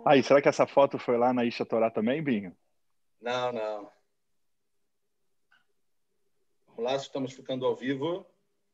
Aí, será que essa foto foi lá na Isha Torá também, Binho? Não, não. Vamos lá, estamos ficando ao vivo.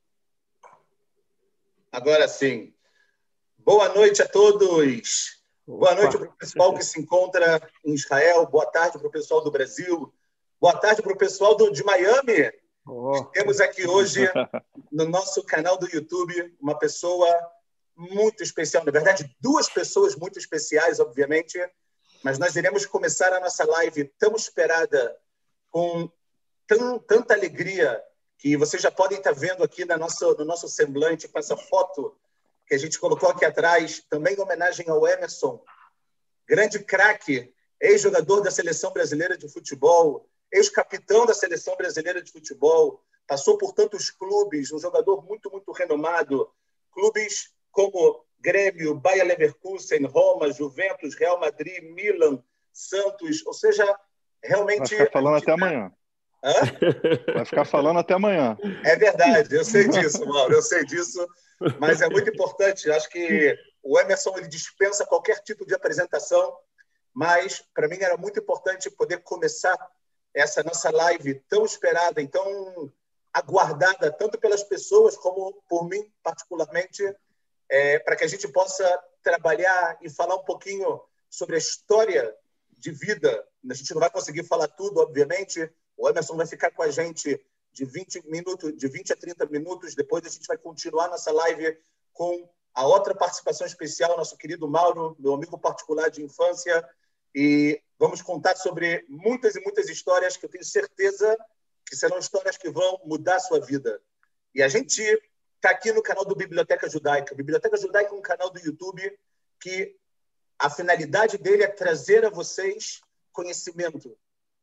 Agora sim. Boa noite a todos. Boa noite para o pessoal que se encontra em Israel. Boa tarde para o pessoal do Brasil. Boa tarde para o pessoal de Miami. Temos aqui hoje, no nosso canal do YouTube, uma pessoa muito especial. Na verdade, duas pessoas muito especiais, obviamente. Mas nós iremos começar a nossa live tão esperada, com tanta alegria, que vocês já podem estar vendo aqui no nosso semblante, com essa foto que a gente colocou aqui atrás, também em homenagem ao Emerson, grande craque, ex-jogador da Seleção Brasileira de Futebol, ex-capitão da Seleção Brasileira de Futebol, passou por tantos clubes, um jogador muito, muito renomado, clubes como Grêmio, Bayer Leverkusen, Roma, Juventus, Real Madrid, Milan, Santos, ou seja, realmente... Vai ficar falando até amanhã. Hã? Vai ficar falando até amanhã. É verdade, eu sei disso, Mauro, eu sei disso, mas é muito importante. Acho que o Emerson ele dispensa qualquer tipo de apresentação, mas para mim era muito importante poder começar essa nossa live tão esperada, então aguardada, tanto pelas pessoas como por mim, particularmente, para que a gente possa trabalhar e falar um pouquinho sobre a história de vida. A gente não vai conseguir falar tudo, obviamente. O Emerson vai ficar com a gente de 20 a 30 minutos. Depois a gente vai continuar nossa live com a outra participação especial, nosso querido Mauro, meu amigo particular de infância. E vamos contar sobre muitas e muitas histórias que eu tenho certeza que serão histórias que vão mudar a sua vida. E a gente está aqui no canal do Biblioteca Judaica. Biblioteca Judaica é um canal do YouTube que a finalidade dele é trazer a vocês conhecimento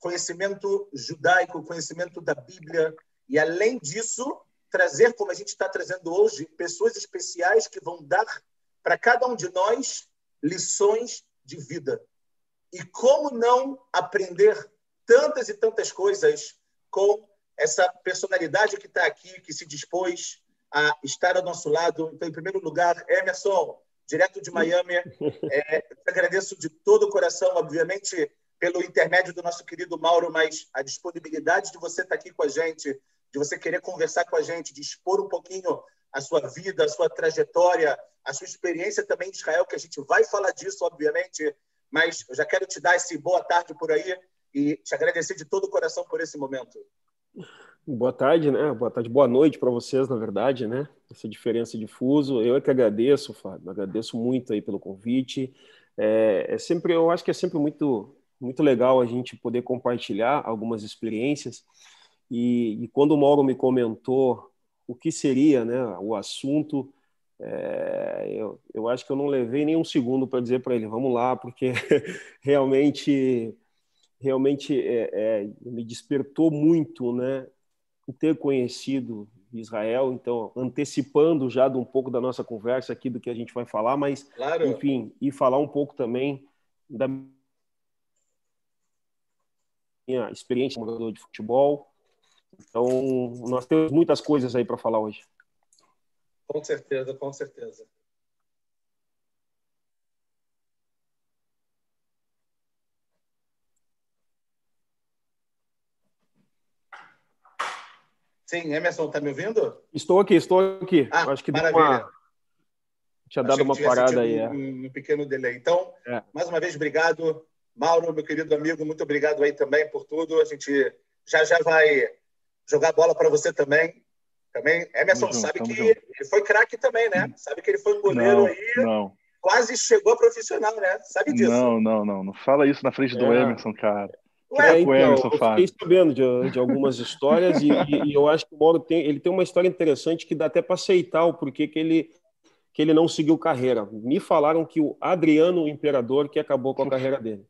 judaico, conhecimento da Bíblia, e, além disso, trazer, como a gente está trazendo hoje, pessoas especiais que vão dar para cada um de nós lições de vida. E como não aprender tantas e tantas coisas com essa personalidade que está aqui, que se dispôs a estar ao nosso lado. Então, em primeiro lugar, Emerson, direto de Miami, agradeço de todo o coração, obviamente, pelo intermédio do nosso querido Mauro, mas a disponibilidade de você estar aqui com a gente, de você querer conversar com a gente, de expor um pouquinho a sua vida, a sua trajetória, a sua experiência também em Israel, que a gente vai falar disso, obviamente, mas eu já quero te dar esse boa tarde por aí e te agradecer de todo o coração por esse momento. Boa tarde, né? Boa tarde, boa noite para vocês, na verdade, né? Essa diferença de fuso. Eu é que agradeço, Fábio, agradeço muito aí pelo convite. Eu acho que é sempre muito legal a gente poder compartilhar algumas experiências. E quando o Mauro me comentou o que seria, né, o assunto, eu acho que eu não levei nem um segundo para dizer para ele, vamos lá, porque realmente me despertou muito, né, ter conhecido Israel, então antecipando já de um pouco da nossa conversa aqui do que a gente vai falar, mas, claro. Enfim, e falar um pouco também da minha experiência como jogador de futebol. Então, nós temos muitas coisas aí para falar hoje. Com certeza, com certeza. Sim, Emerson, está me ouvindo? Estou aqui. Acho que maravilha. Tinha dado uma parada aí. Um pequeno delay. Então, mais uma vez, obrigado. Mauro, meu querido amigo, muito obrigado aí também por tudo. A gente já vai jogar bola para você também. Emerson, sabe que ele foi craque também, né? Sabe que ele foi um goleiro Não. Quase chegou a profissional, né? Sabe disso? Não fala isso na frente do Emerson, cara. Eu fiquei sabendo de algumas histórias e eu acho que o Mauro tem uma história interessante que dá até para aceitar o porquê que ele não seguiu carreira. Me falaram que o Adriano o Imperador que acabou com a carreira dele.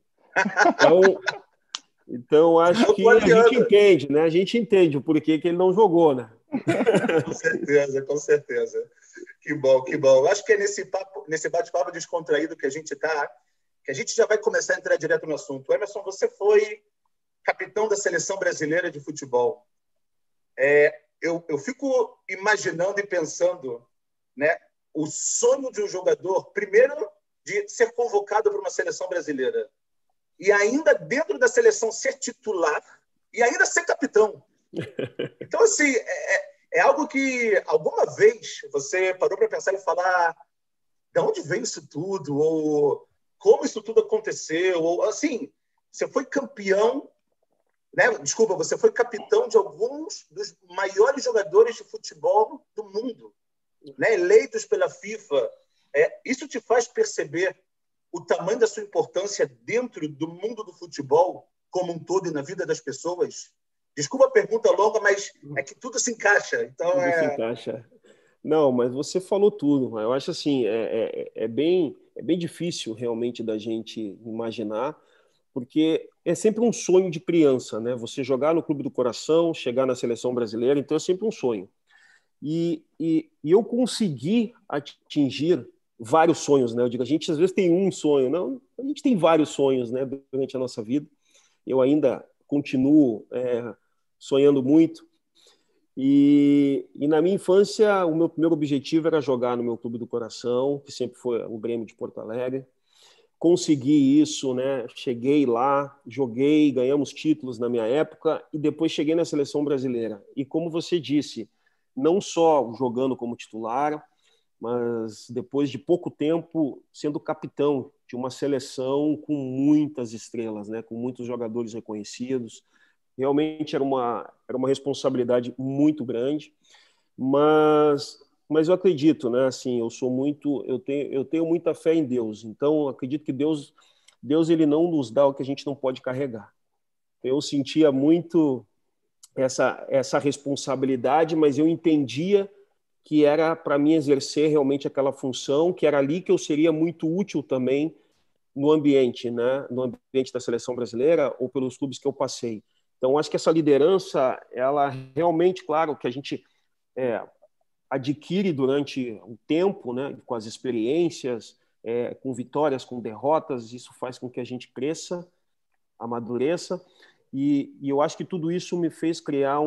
Então acho que a gente entende, né? A gente entende o porquê que ele não jogou, né? Com certeza. Que bom. Eu acho que é nesse bate-papo descontraído que a gente está, que a gente já vai começar a entrar direto no assunto. Emerson, você foi capitão da Seleção Brasileira de Futebol. Eu fico imaginando e pensando, né, o sonho de um jogador, primeiro, de ser convocado para uma seleção brasileira e ainda dentro da seleção ser titular e ainda ser capitão. Então, assim, é algo que alguma vez você parou para pensar e falar de onde veio isso tudo, ou como isso tudo aconteceu, ou assim, você foi campeão, né? Desculpa, você foi capitão de alguns dos maiores jogadores de futebol do mundo, né? Eleitos pela FIFA. Isso te faz perceber o tamanho da sua importância dentro do mundo do futebol como um todo e na vida das pessoas? Desculpa a pergunta longa, mas é que tudo se encaixa. Então, tudo se encaixa. Não, mas você falou tudo. Eu acho assim, é bem difícil realmente da gente imaginar, porque é sempre um sonho de criança, né? Você jogar no clube do coração, chegar na seleção brasileira, então é sempre um sonho. E eu consegui atingir vários sonhos, né? Eu digo, a gente às vezes tem um sonho, não? A gente tem vários sonhos, né? Durante a nossa vida. Eu ainda continuo sonhando muito. E na minha infância, o meu primeiro objetivo era jogar no meu clube do coração, que sempre foi o Grêmio de Porto Alegre. Consegui isso, né? Cheguei lá, joguei, ganhamos títulos na minha época e depois cheguei na seleção brasileira. E como você disse, não só jogando como titular, mas depois de pouco tempo sendo capitão de uma seleção com muitas estrelas, né? Com muitos jogadores reconhecidos. Realmente era uma responsabilidade muito grande, mas eu acredito, né? Assim, eu tenho muita fé em Deus. Então, eu acredito que Deus ele não nos dá o que a gente não pode carregar. Eu sentia muito essa responsabilidade, mas eu entendia que era para mim exercer realmente aquela função, que era ali que eu seria muito útil também no ambiente, né? No ambiente da seleção brasileira ou pelos clubes que eu passei. Então, acho que essa liderança, ela realmente, claro, que a gente adquire durante o tempo, né, com as experiências, com vitórias, com derrotas, isso faz com que a gente cresça, amadureça, e eu acho que tudo isso me fez criar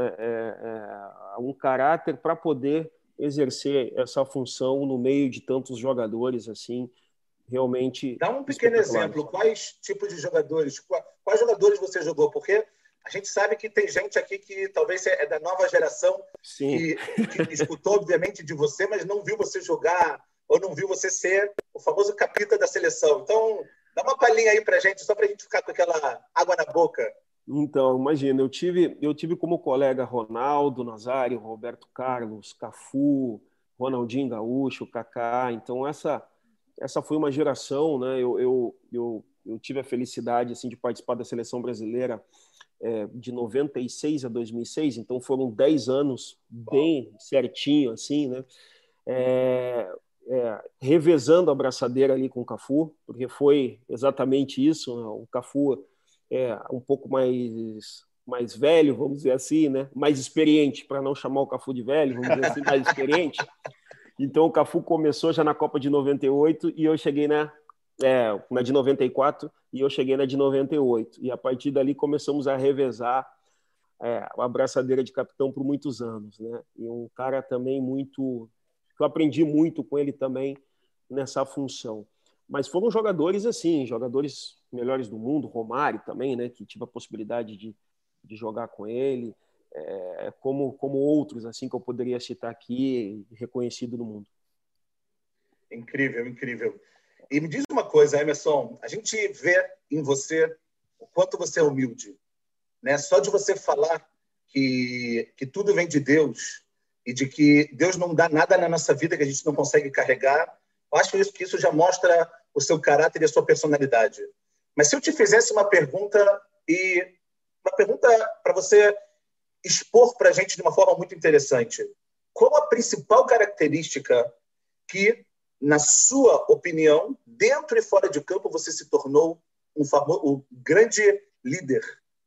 um caráter para poder exercer essa função no meio de tantos jogadores assim, realmente dá um pequeno espetaculares. exemplo. Quais tipos de jogadores? Quais jogadores você jogou? Porque a gente sabe que tem gente aqui que talvez é da nova geração que escutou, obviamente, de você, mas não viu você jogar ou não viu você ser o famoso capita da seleção. Então, dá uma palhinha aí para a gente, só para a gente ficar com aquela água na boca. Então, imagina, eu tive como colega Ronaldo Nazário, Roberto Carlos, Cafu, Ronaldinho Gaúcho, Kaká. Então, essa foi uma geração, né? Eu tive a felicidade assim, de participar da seleção brasileira de 96 a 2006, então foram 10 anos bem certinho, assim, né? Revezando a braçadeira ali com o Cafu, porque foi exatamente isso, né? O Cafu um pouco mais velho, vamos dizer assim, né? Mais experiente, para não chamar o Cafu de velho, vamos dizer assim, mais experiente. Então o Cafu começou já na Copa de 98 e eu cheguei na de 94 e eu cheguei na de 98. E a partir dali começamos a revezar a abraçadeira de capitão por muitos anos, né? E um cara também muito... Eu aprendi muito com ele também nessa função. Mas foram jogadores assim, jogadores melhores do mundo, Romário também, né? Que tive a possibilidade de jogar com ele, como outros assim que eu poderia citar aqui, reconhecido no mundo. Incrível, incrível. E me diz uma coisa, Emerson, a gente vê em você o quanto você é humilde, né? Só de você falar que tudo vem de Deus e de que Deus não dá nada na nossa vida que a gente não consegue carregar, eu acho que isso já mostra o seu caráter e a sua personalidade. Mas se eu te fizesse uma pergunta para você expor para a gente de uma forma muito interessante, qual a principal característica que, na sua opinião, dentro e fora de campo, você se tornou um grande líder?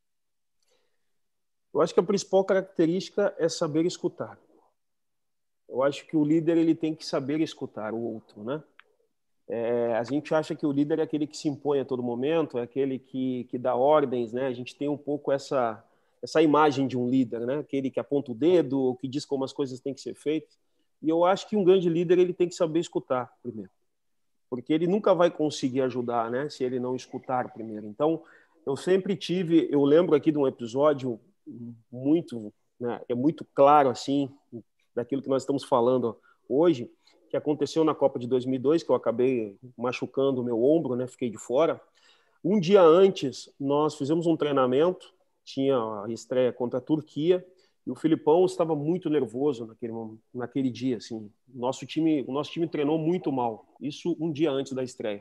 Eu acho que a principal característica é saber escutar. Eu acho que o líder ele tem que saber escutar o outro, né? A gente acha que o líder é aquele que se impõe a todo momento, é aquele que dá ordens, né? A gente tem um pouco essa imagem de um líder, né? Aquele que aponta o dedo, que diz como as coisas têm que ser feitas. E eu acho que um grande líder ele tem que saber escutar primeiro. porque ele nunca vai conseguir ajudar, né, se ele não escutar primeiro. Então, eu lembro aqui de um episódio muito, né, é muito claro, assim, daquilo que nós estamos falando hoje, que aconteceu na Copa de 2002, que eu acabei machucando o meu ombro, né, fiquei de fora. Um dia antes, nós fizemos um treinamento, tinha a estreia contra a Turquia, e o Filipão estava muito nervoso naquele dia. Assim. O nosso time treinou muito mal, isso um dia antes da estreia.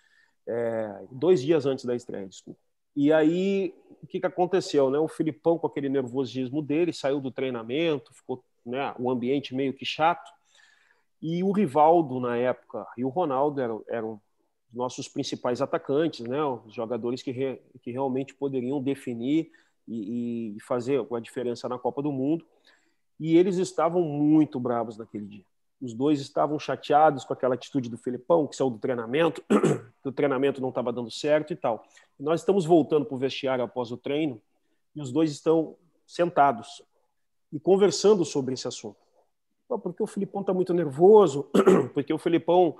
2 dias antes da estreia, desculpa. E aí, o que aconteceu? Né? O Filipão, com aquele nervosismo dele, saiu do treinamento, ficou, né, o ambiente meio que chato, e o Rivaldo, na época, e o Ronaldo eram nossos principais atacantes, né? Os jogadores que realmente poderiam definir e fazer a diferença na Copa do Mundo. E eles estavam muito bravos naquele dia. Os dois estavam chateados com aquela atitude do Filipão, que saiu do treinamento, que o treinamento não estava dando certo e tal. E nós estamos voltando para o vestiário após o treino e os dois estão sentados e conversando sobre esse assunto. Porque o Filipão está muito nervoso, porque o Filipão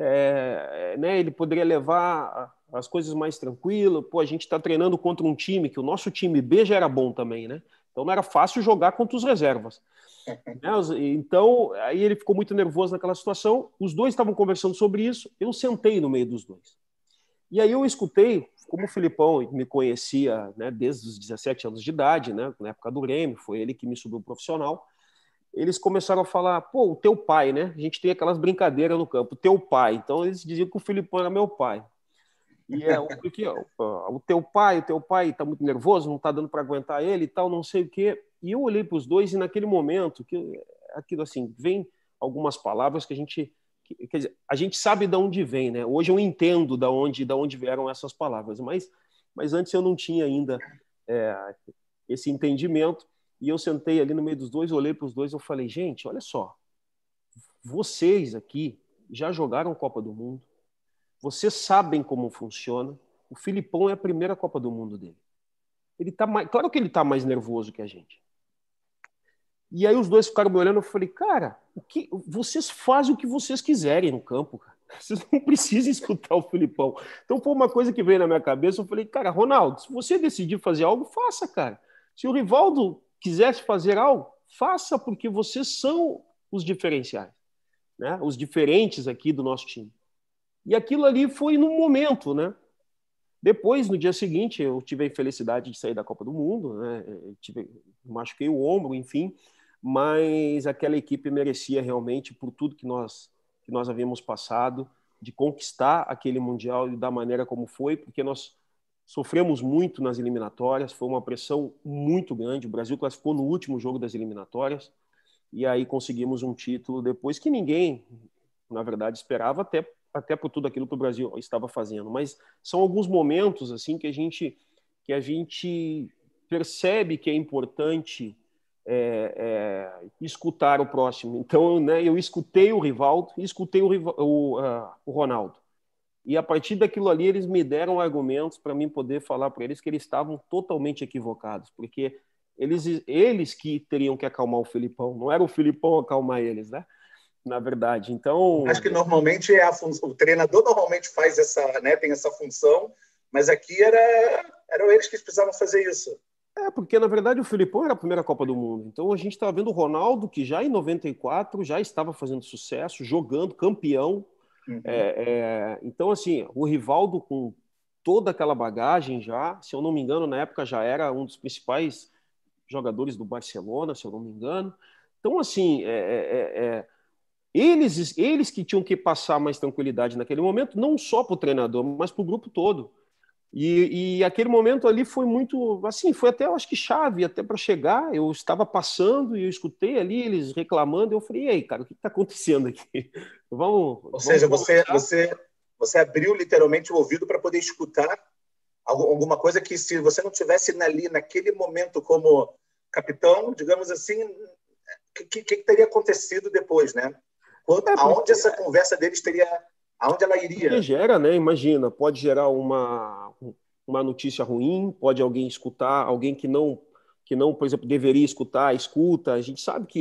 né, ele poderia levar as coisas mais tranquilas. Pô, a gente está treinando contra um time que o nosso time B já era bom também, né? Então não era fácil jogar contra os reservas. Então, aí ele ficou muito nervoso naquela situação. Os dois estavam conversando sobre isso. Eu sentei no meio dos dois. E aí eu escutei, como o Filipão me conhecia, né, desde os 17 anos de idade, né, na época do Grêmio, foi ele que me subiu profissional. Eles começaram a falar, pô, o teu pai, né? A gente tem aquelas brincadeiras no campo, o teu pai. Então, eles diziam que o Filipão era meu pai. E porque o teu pai tá muito nervoso, não tá dando para aguentar ele e tal, não sei o quê. E eu olhei para os dois e naquele momento, aquilo assim, vem algumas palavras que quer dizer, a gente sabe de onde vem, né? Hoje eu entendo de onde vieram essas palavras, mas antes eu não tinha ainda esse entendimento. E eu sentei ali no meio dos dois, olhei para os dois e eu falei, gente, olha só, vocês aqui já jogaram Copa do Mundo, vocês sabem como funciona, o Filipão é a primeira Copa do Mundo dele. Claro que ele está mais nervoso que a gente. E aí os dois ficaram me olhando, eu falei, cara, vocês fazem o que vocês quiserem no campo, cara. Vocês não precisam escutar o Filipão. Então foi uma coisa que veio na minha cabeça, eu falei, cara, Ronaldo, se você decidir fazer algo, faça, cara. Se o Rivaldo quisesse fazer algo, faça, porque vocês são os diferenciais, né? Os diferentes aqui do nosso time. E aquilo ali foi no momento, né? Depois, no dia seguinte, eu tive a infelicidade de sair da Copa do Mundo, né? Machuquei o ombro, enfim, mas aquela equipe merecia realmente, por tudo que nós havíamos passado, de conquistar aquele Mundial e da maneira como foi, porque nós sofremos muito nas eliminatórias, foi uma pressão muito grande. O Brasil classificou no último jogo das eliminatórias e aí conseguimos um título depois que ninguém, na verdade, esperava, até por tudo aquilo que o Brasil estava fazendo. Mas são alguns momentos assim que a gente percebe que é importante escutar o próximo. Então, né, eu escutei o Rivaldo e escutei o Ronaldo. E a partir daquilo ali, eles me deram argumentos para mim poder falar para eles que eles estavam totalmente equivocados, porque eles que teriam que acalmar o Filipão, não era o Filipão acalmar eles, né? Na verdade. Então, acho que normalmente o treinador normalmente faz né, tem essa função, mas aqui eram eles que precisavam fazer isso. Porque na verdade o Filipão era a primeira Copa do Mundo. Então a gente estava vendo o Ronaldo, que já em 94 já estava fazendo sucesso, jogando, campeão. Uhum. Então, assim, o Rivaldo com toda aquela bagagem já, se eu não me engano, na época já era um dos principais jogadores do Barcelona, se eu não me engano. Então, assim, eles que tinham que passar mais tranquilidade naquele momento, não só para o treinador, mas para o grupo todo. E aquele momento ali foi muito, assim, foi até, eu acho que chave, até para chegar. Eu estava passando e eu escutei ali eles reclamando. Eu falei, e aí, cara, o que está acontecendo aqui? Ou seja, você abriu literalmente o ouvido para poder escutar alguma coisa que, se você não tivesse ali naquele momento como capitão, digamos assim, o que teria acontecido depois, né? Aonde essa conversa deles aonde ela iria? Porque gera, né? Imagina, pode gerar uma notícia ruim, pode alguém escutar, alguém que não, por exemplo, deveria escutar, escuta. A gente sabe que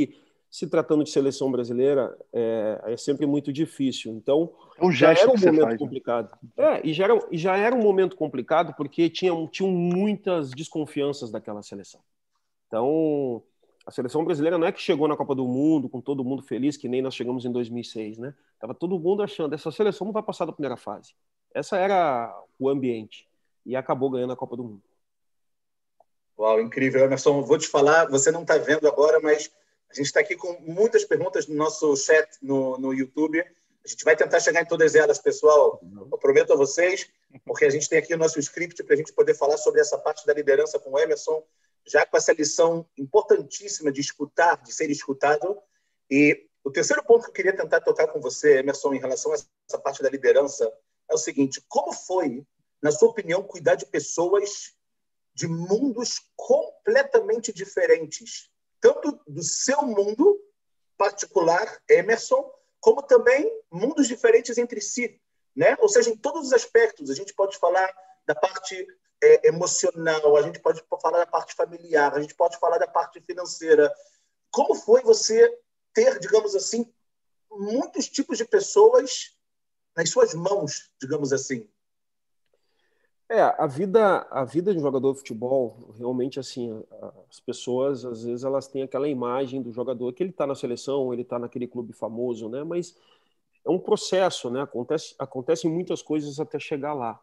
se tratando de seleção brasileira, é sempre muito difícil. Então, É um já gesto era um que você momento faz, né? complicado. E já era um momento complicado porque tinham muitas desconfianças daquela seleção. Então, a seleção brasileira não é que chegou na Copa do Mundo com todo mundo feliz, que nem nós chegamos em 2006, né? Tava todo mundo achando, essa seleção não vai passar da primeira fase. Essa era o ambiente. E acabou ganhando a Copa do Mundo. Uau, incrível, Emerson. Vou te falar, você não está vendo agora, mas a gente está aqui com muitas perguntas no nosso chat no YouTube. A gente vai tentar chegar em todas elas, pessoal. Eu prometo a vocês, porque a gente tem aqui o nosso script para a gente poder falar sobre essa parte da liderança com o Emerson, já com essa lição importantíssima de escutar, de ser escutado. E o terceiro ponto que eu queria tentar tocar com você, Emerson, em relação a essa parte da liderança, é o seguinte: como foi, na sua opinião, cuidar de pessoas de mundos completamente diferentes, tanto do seu mundo particular, Emerson, como também mundos diferentes entre si, né? Ou seja, em todos os aspectos. A gente pode falar da parte emocional, a gente pode falar da parte familiar, a gente pode falar da parte financeira. Como foi você ter, digamos assim, muitos tipos de pessoas nas suas mãos, digamos assim? A vida de um jogador de futebol, realmente, assim, as pessoas, às vezes, elas têm aquela imagem do jogador que ele está na seleção, ele está naquele clube famoso, né? Mas é um processo, né? Acontecem muitas coisas até chegar lá.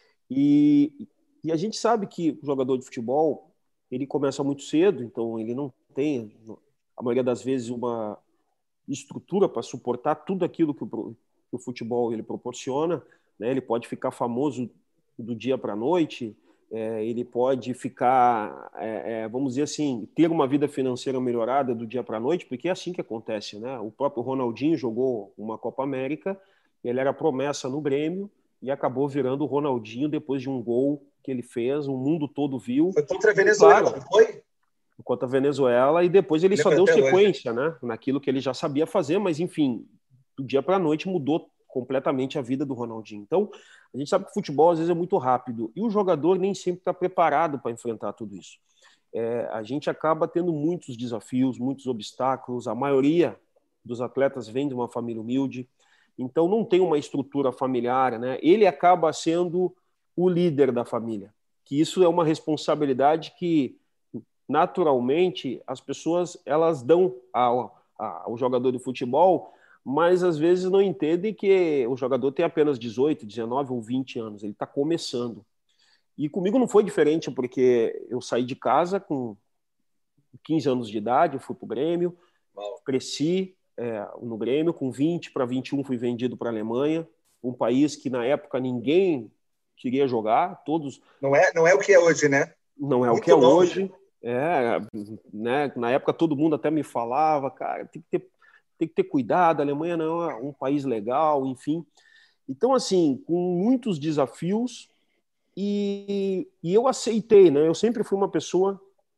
E a gente sabe que o jogador de futebol, ele começa muito cedo, então ele não tem, a maioria das vezes, uma estrutura para suportar tudo aquilo que o futebol ele proporciona, né? Ele pode ficar famoso do dia para a noite, ele pode ficar, vamos dizer assim, ter uma vida financeira melhorada do dia para a noite, porque é assim que acontece, né? O próprio Ronaldinho jogou uma Copa América, ele era promessa no Grêmio e acabou virando o Ronaldinho depois de um gol que ele fez, o mundo todo viu. Foi contra a E, Venezuela, claro, não foi? contra a Venezuela, e depois ele só Lembro deu até hoje. sequência, né, naquilo que ele já sabia fazer, mas enfim, do dia para a noite mudou completamente a vida do Ronaldinho. Então, a gente sabe que o futebol às vezes é muito rápido e o jogador nem sempre está preparado para enfrentar tudo isso. A gente acaba tendo muitos desafios, muitos obstáculos, a maioria dos atletas vem de uma família humilde, então não tem uma estrutura familiar, né? Ele acaba sendo o líder da família, que isso é uma responsabilidade que naturalmente as pessoas elas dão ao jogador de futebol, mas às vezes não entendem que o jogador tem apenas 18, 19 ou 20 anos, ele está começando. E comigo não foi diferente, porque eu saí de casa com 15 anos de idade, eu fui para o Grêmio, cresci no Grêmio, com 20 para 21 fui vendido para a Alemanha, um país que na época ninguém queria jogar, todos... Não é o que é hoje, né? Não é o que Muito é longe. hoje. Né? Na época todo mundo até me falava, cara, tem que ter cuidado, a Alemanha não é um país legal, enfim. Então, assim, com muitos desafios, e eu aceitei, né? Eu sempre fui uma pessoa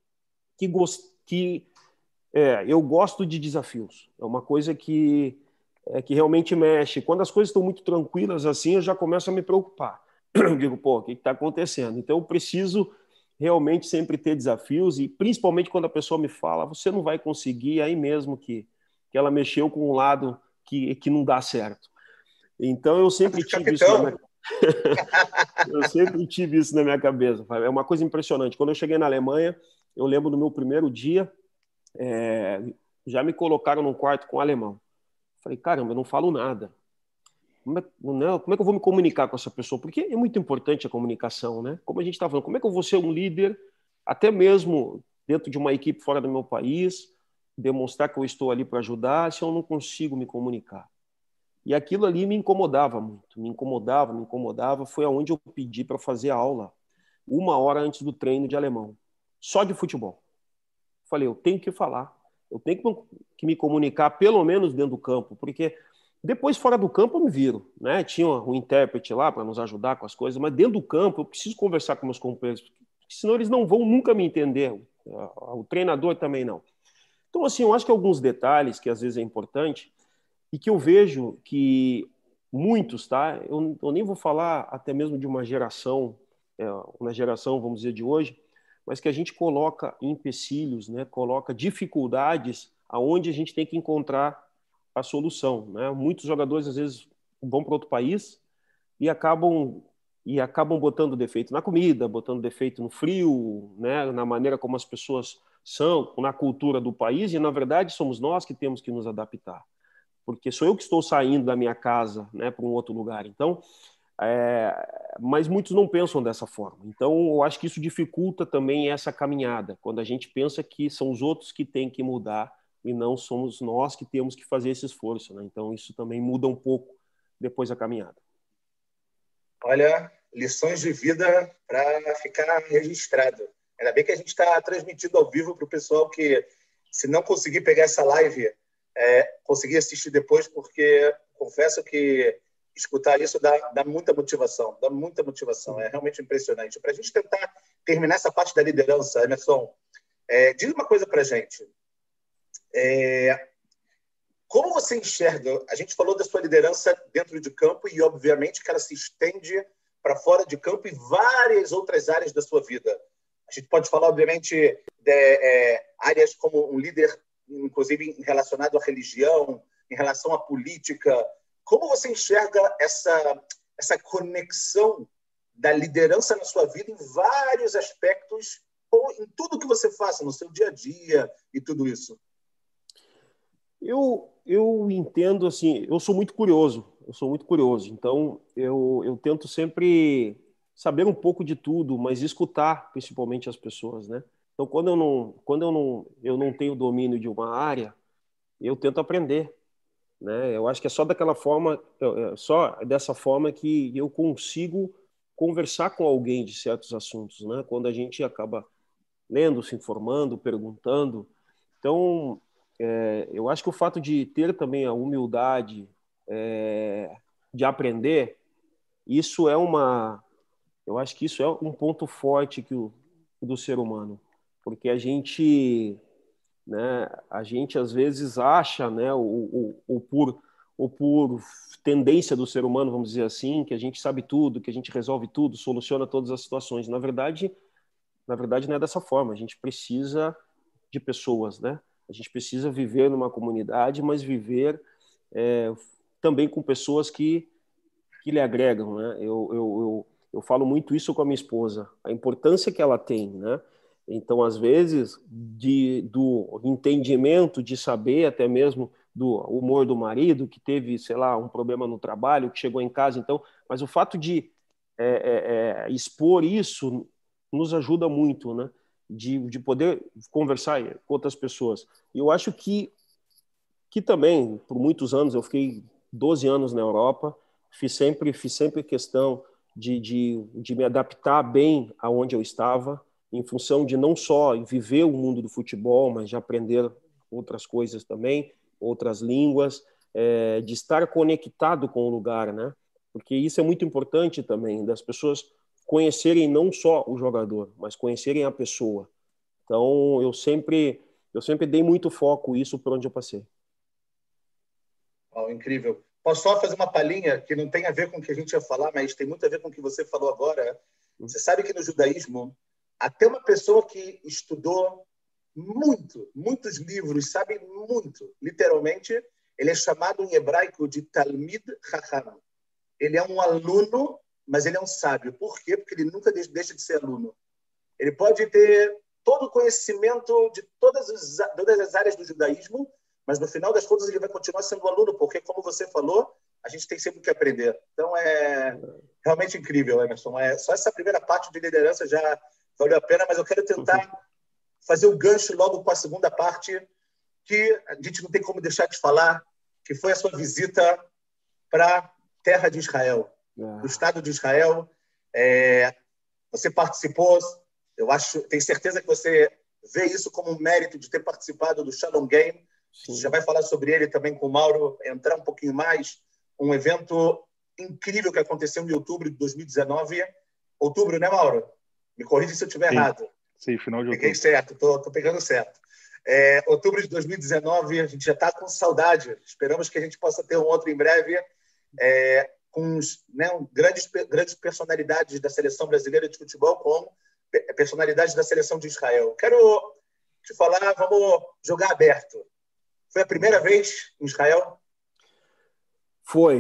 que eu gosto de desafios. É uma coisa que realmente mexe. Quando as coisas estão muito tranquilas assim, eu já começo a me preocupar. Eu digo, pô, o que está acontecendo? Então, eu preciso realmente sempre ter desafios, e principalmente quando a pessoa me fala, você não vai conseguir, aí mesmo que ela mexeu com um lado que não dá certo. Então, eu sempre tive isso na minha... eu sempre tive isso na minha cabeça. É uma coisa impressionante. Quando eu cheguei na Alemanha, eu lembro do meu primeiro dia, já me colocaram num quarto com um alemão. Falei, caramba, eu não falo nada. Como é que eu vou me comunicar com essa pessoa? Porque é muito importante a comunicação, né? Como a gente está falando, como é que eu vou ser um líder, até mesmo dentro de uma equipe fora do meu país, demonstrar que eu estou ali para ajudar, se eu não consigo me comunicar? E aquilo ali me incomodava muito, me incomodava. Foi aonde eu pedi para fazer aula, 1 hora antes do treino de alemão, só de futebol. Falei, eu tenho que falar, eu tenho que me comunicar, pelo menos dentro do campo, porque depois, fora do campo, eu me viro, né? Tinha um intérprete lá para nos ajudar com as coisas, mas dentro do campo eu preciso conversar com meus companheiros, porque senão eles não vão nunca me entender, o treinador também não. Então, assim, eu acho que alguns detalhes que às vezes é importante e que eu vejo que muitos, tá? Eu nem vou falar até mesmo de uma geração, vamos dizer, de hoje, mas que a gente coloca empecilhos, né? Coloca dificuldades aonde a gente tem que encontrar a solução, né? Muitos jogadores, às vezes, vão para outro país e acabam botando defeito na comida, botando defeito no frio, né? Na maneira como as pessoas são, na cultura do país, e, na verdade, somos nós que temos que nos adaptar. Porque sou eu que estou saindo da minha casa, né, para um outro lugar. Então, mas muitos não pensam dessa forma. Então, eu acho que isso dificulta também essa caminhada, quando a gente pensa que são os outros que têm que mudar e não somos nós que temos que fazer esse esforço, né? Então, isso também muda um pouco depois da caminhada. Olha, lições de vida para ficar registrado. Ainda bem que a gente está transmitindo ao vivo para o pessoal que, se não conseguir pegar essa live, conseguir assistir depois, porque confesso que escutar isso dá muita motivação, é realmente impressionante. Para a gente tentar terminar essa parte da liderança, Emerson, diz uma coisa para a gente. Como você enxerga, a gente falou da sua liderança dentro de campo e, obviamente, que ela se estende para fora de campo e várias outras áreas da sua vida. A gente pode falar, obviamente, de áreas como um líder, inclusive relacionado à religião, em relação à política. Como você enxerga essa conexão da liderança na sua vida em vários aspectos, ou em tudo que você faça, no seu dia a dia e tudo isso? Eu entendo, assim, eu sou muito curioso, então eu tento sempre saber um pouco de tudo, mas escutar principalmente as pessoas, né? Então, quando eu não tenho domínio de uma área, eu tento aprender, né? Eu acho que é só dessa forma que eu consigo conversar com alguém de certos assuntos, né? Quando a gente acaba lendo, se informando, perguntando. Então, eu acho que o fato de ter também a humildade de aprender, eu acho que isso é um ponto forte do ser humano, porque a gente às vezes acha, né, ou por tendência do ser humano, vamos dizer assim, que a gente sabe tudo, que a gente resolve tudo, soluciona todas as situações. Na verdade não é dessa forma. A gente precisa de pessoas, né? A gente precisa viver numa comunidade, mas viver também com pessoas que lhe agregam, né? Eu falo muito isso com a minha esposa, a importância que ela tem, né? Então, às vezes, do entendimento, de saber até mesmo do humor do marido, que teve, sei lá, um problema no trabalho, que chegou em casa, então, mas o fato de expor isso nos ajuda muito, né? De poder conversar com outras pessoas. E eu acho que também, por muitos anos, eu fiquei 12 anos na Europa, fiz sempre questão de me adaptar bem aonde eu estava, em função de não só viver o mundo do futebol, mas de aprender outras coisas também, outras línguas, de estar conectado com o lugar, né? Porque isso é muito importante também, das pessoas conhecerem não só o jogador, mas conhecerem a pessoa. Então, eu sempre dei muito foco isso por onde eu passei. Oh, incrível. Posso só fazer uma palhinha que não tem a ver com o que a gente ia falar, mas tem muito a ver com o que você falou agora. Você sabe que no judaísmo, até uma pessoa que estudou muitos livros, sabe muito, literalmente, ele é chamado em hebraico de Talmid Chacham. Ele é um aluno, mas ele é um sábio. Por quê? Porque ele nunca deixa de ser aluno. Ele pode ter todo o conhecimento de todas as áreas do judaísmo, mas no final das contas ele vai continuar sendo aluno, porque, como você falou, a gente tem sempre que aprender. Então, é realmente incrível, Emerson. Só essa primeira parte de liderança já valeu a pena, mas eu quero tentar fazer o gancho logo com a segunda parte, que a gente não tem como deixar de falar, que foi a sua visita para a terra de Israel, o Estado de Israel. Você participou, tenho certeza que você vê isso como um mérito de ter participado do Shalom Game. Sim. Você já vai falar sobre ele também com o Mauro, entrar um pouquinho mais. Um evento incrível que aconteceu em outubro de 2019. Outubro, né, Mauro? Me corrija se eu estiver errado. Sim, final de outubro. Peguei certo, tô pegando certo. Outubro de 2019, a gente já está com saudade. Esperamos que a gente possa ter um outro em breve, com grandes personalidades da seleção brasileira de futebol, como personalidades da seleção de Israel. Quero te falar, vamos jogar aberto. Foi a primeira vez em Israel? Foi.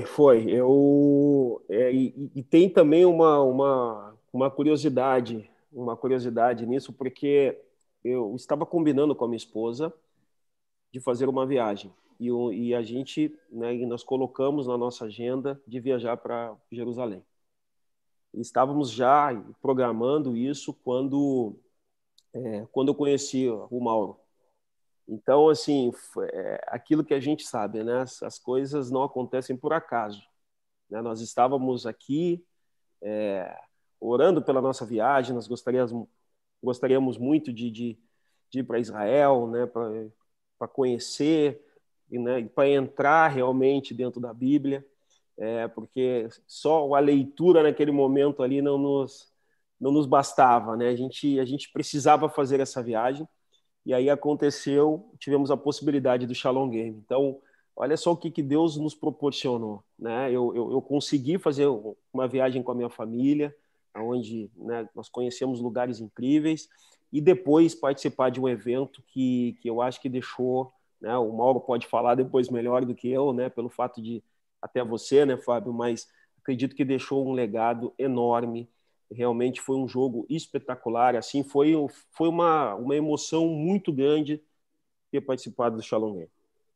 E tem também uma curiosidade nisso, porque eu estava combinando com a minha esposa de fazer uma viagem. E a gente, né, e nós colocamos na nossa agenda de viajar para Jerusalém. E estávamos já programando isso quando eu conheci o Mauro. Então, assim, aquilo que a gente sabe, né? As coisas não acontecem por acaso, né? Nós estávamos aqui orando pela nossa viagem, nós gostaríamos muito de ir para Israel, né? Para conhecer, né? Para entrar realmente dentro da Bíblia, porque só a leitura naquele momento ali não nos bastava, né? A gente precisava fazer essa viagem. E aí aconteceu, tivemos a possibilidade do Shalom Game. Então, olha só o que Deus nos proporcionou, né? Eu consegui fazer uma viagem com a minha família, onde, né, nós conhecemos lugares incríveis, e depois participar de um evento que eu acho que deixou, né, o Mauro pode falar depois melhor do que eu, né, pelo fato de, até você, né, Fábio, mas acredito que deixou um legado enorme. Realmente foi um jogo espetacular, assim, foi uma emoção muito grande ter participado do Shalom Game.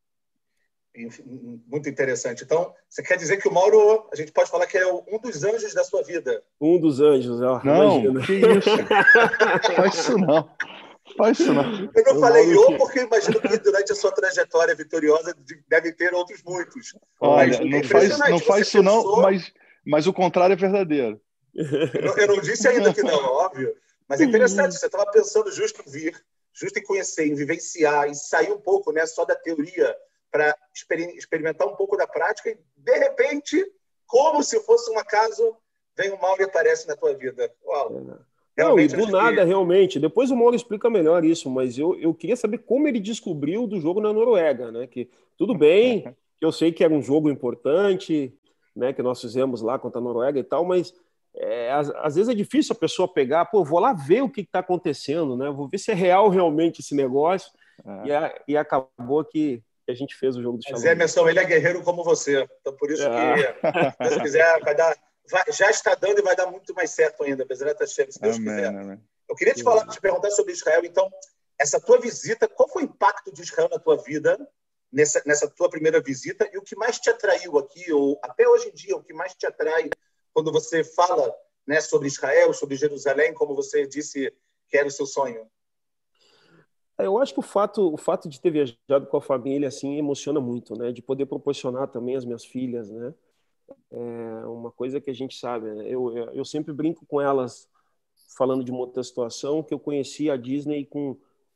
Muito interessante. Então, você quer dizer que o Mauro, a gente pode falar que é um dos anjos da sua vida? Um dos anjos, ó, não, imagina. Que isso? Faz isso não. Faz isso não. Eu não falei porque eu imagino que durante a sua trajetória vitoriosa deve ter outros muitos. Olha, mas não faz isso pensou... não, mas o contrário é verdadeiro. Eu não disse ainda que não, óbvio. Mas é interessante, você estava pensando justo em vir, justo em conhecer, em vivenciar, em sair um pouco, né, só da teoria, para experimentar um pouco da prática, e, de repente, como se fosse um acaso, vem o Mauro e aparece na tua vida. Uau! Não, e do nada, realmente. Depois o Mauro explica melhor isso, mas eu queria saber como ele descobriu do jogo na Noruega, né? Que tudo bem, que eu sei que era um jogo importante, né? Que nós fizemos lá contra a Noruega e tal, mas às vezes é difícil a pessoa pegar, pô, vou lá ver o que está acontecendo, né? Vou ver se é real realmente esse negócio. E acabou que a gente fez o jogo do Shalom. Zé Emerson, ele é guerreiro como você, então por isso que, se quiser, já está dando e vai dar muito mais certo ainda, Bezerra, se Deus quiser. Amém. Eu queria te perguntar sobre Israel, então, essa tua visita, qual foi o impacto de Israel na tua vida, nessa tua primeira visita, e o que mais te atraiu aqui, ou até hoje em dia, o que mais te atrai quando você fala, né, sobre Israel, sobre Jerusalém, como você disse que era o seu sonho? Eu acho que o fato de ter viajado com a família assim emociona muito, né? De poder proporcionar também às minhas filhas, né? É uma coisa que a gente sabe, né? Eu sempre brinco com elas, falando de uma outra situação, que eu conheci a Disney com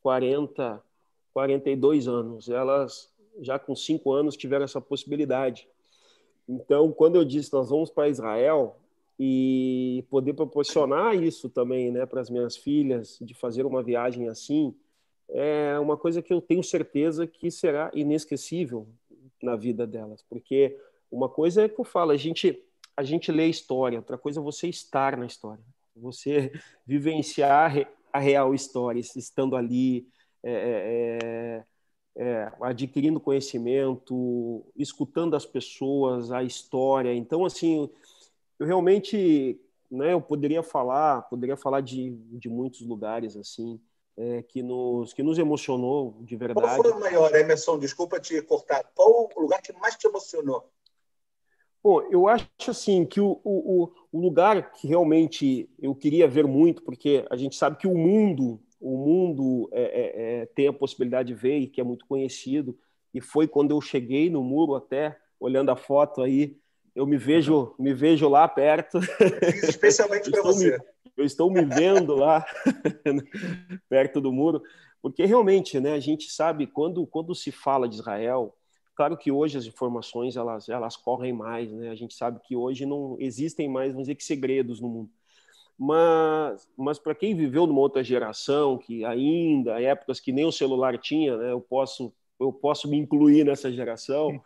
42 anos. Elas, já com 5 anos, tiveram essa possibilidade. Então, quando eu disse nós vamos para Israel e poder proporcionar isso também, né, para as minhas filhas, de fazer uma viagem assim, é uma coisa que eu tenho certeza que será inesquecível na vida delas, porque uma coisa é que eu falo, a gente lê história, outra coisa é você estar na história, você vivenciar a real história, estando ali, adquirindo conhecimento, escutando as pessoas, a história. Então, assim, eu realmente, né, eu poderia falar de muitos lugares assim, que nos emocionou de verdade. Qual foi o maior, Emerson? Desculpa te cortar. Qual o lugar que mais te emocionou? Bom, eu acho assim que o lugar que realmente eu queria ver muito, porque a gente sabe que o mundo tem a possibilidade de ver e que é muito conhecido, e foi quando eu cheguei no muro, até olhando a foto aí, eu me vejo lá perto. Eu fiz especialmente para você. Eu estou me vendo lá perto do muro, porque realmente, né, a gente sabe quando se fala de Israel, claro que hoje as informações elas correm mais, né? A gente sabe que hoje não existem mais, vamos dizer, que segredos no mundo. Mas para quem viveu numa outra geração, que ainda, épocas que nem o celular tinha, né, eu posso me incluir nessa geração,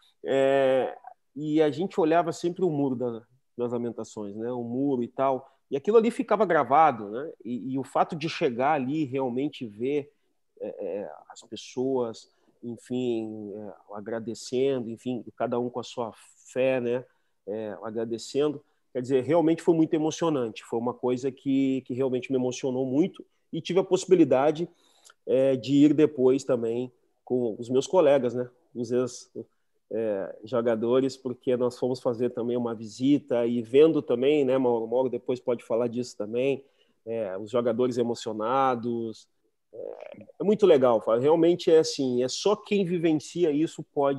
e a gente olhava sempre o muro das Lamentações, né, o muro e tal, e aquilo ali ficava gravado, né, e o fato de chegar ali realmente ver as pessoas enfim, agradecendo, enfim, cada um com a sua fé, né, agradecendo. Quer dizer, realmente foi muito emocionante, foi uma coisa que realmente me emocionou muito e tive a possibilidade de ir depois também com os meus colegas, né, os ex-jogadores, porque nós fomos fazer também uma visita e vendo também, né, Mauro depois pode falar disso também, os jogadores emocionados. É muito legal, realmente é assim, é só quem vivencia isso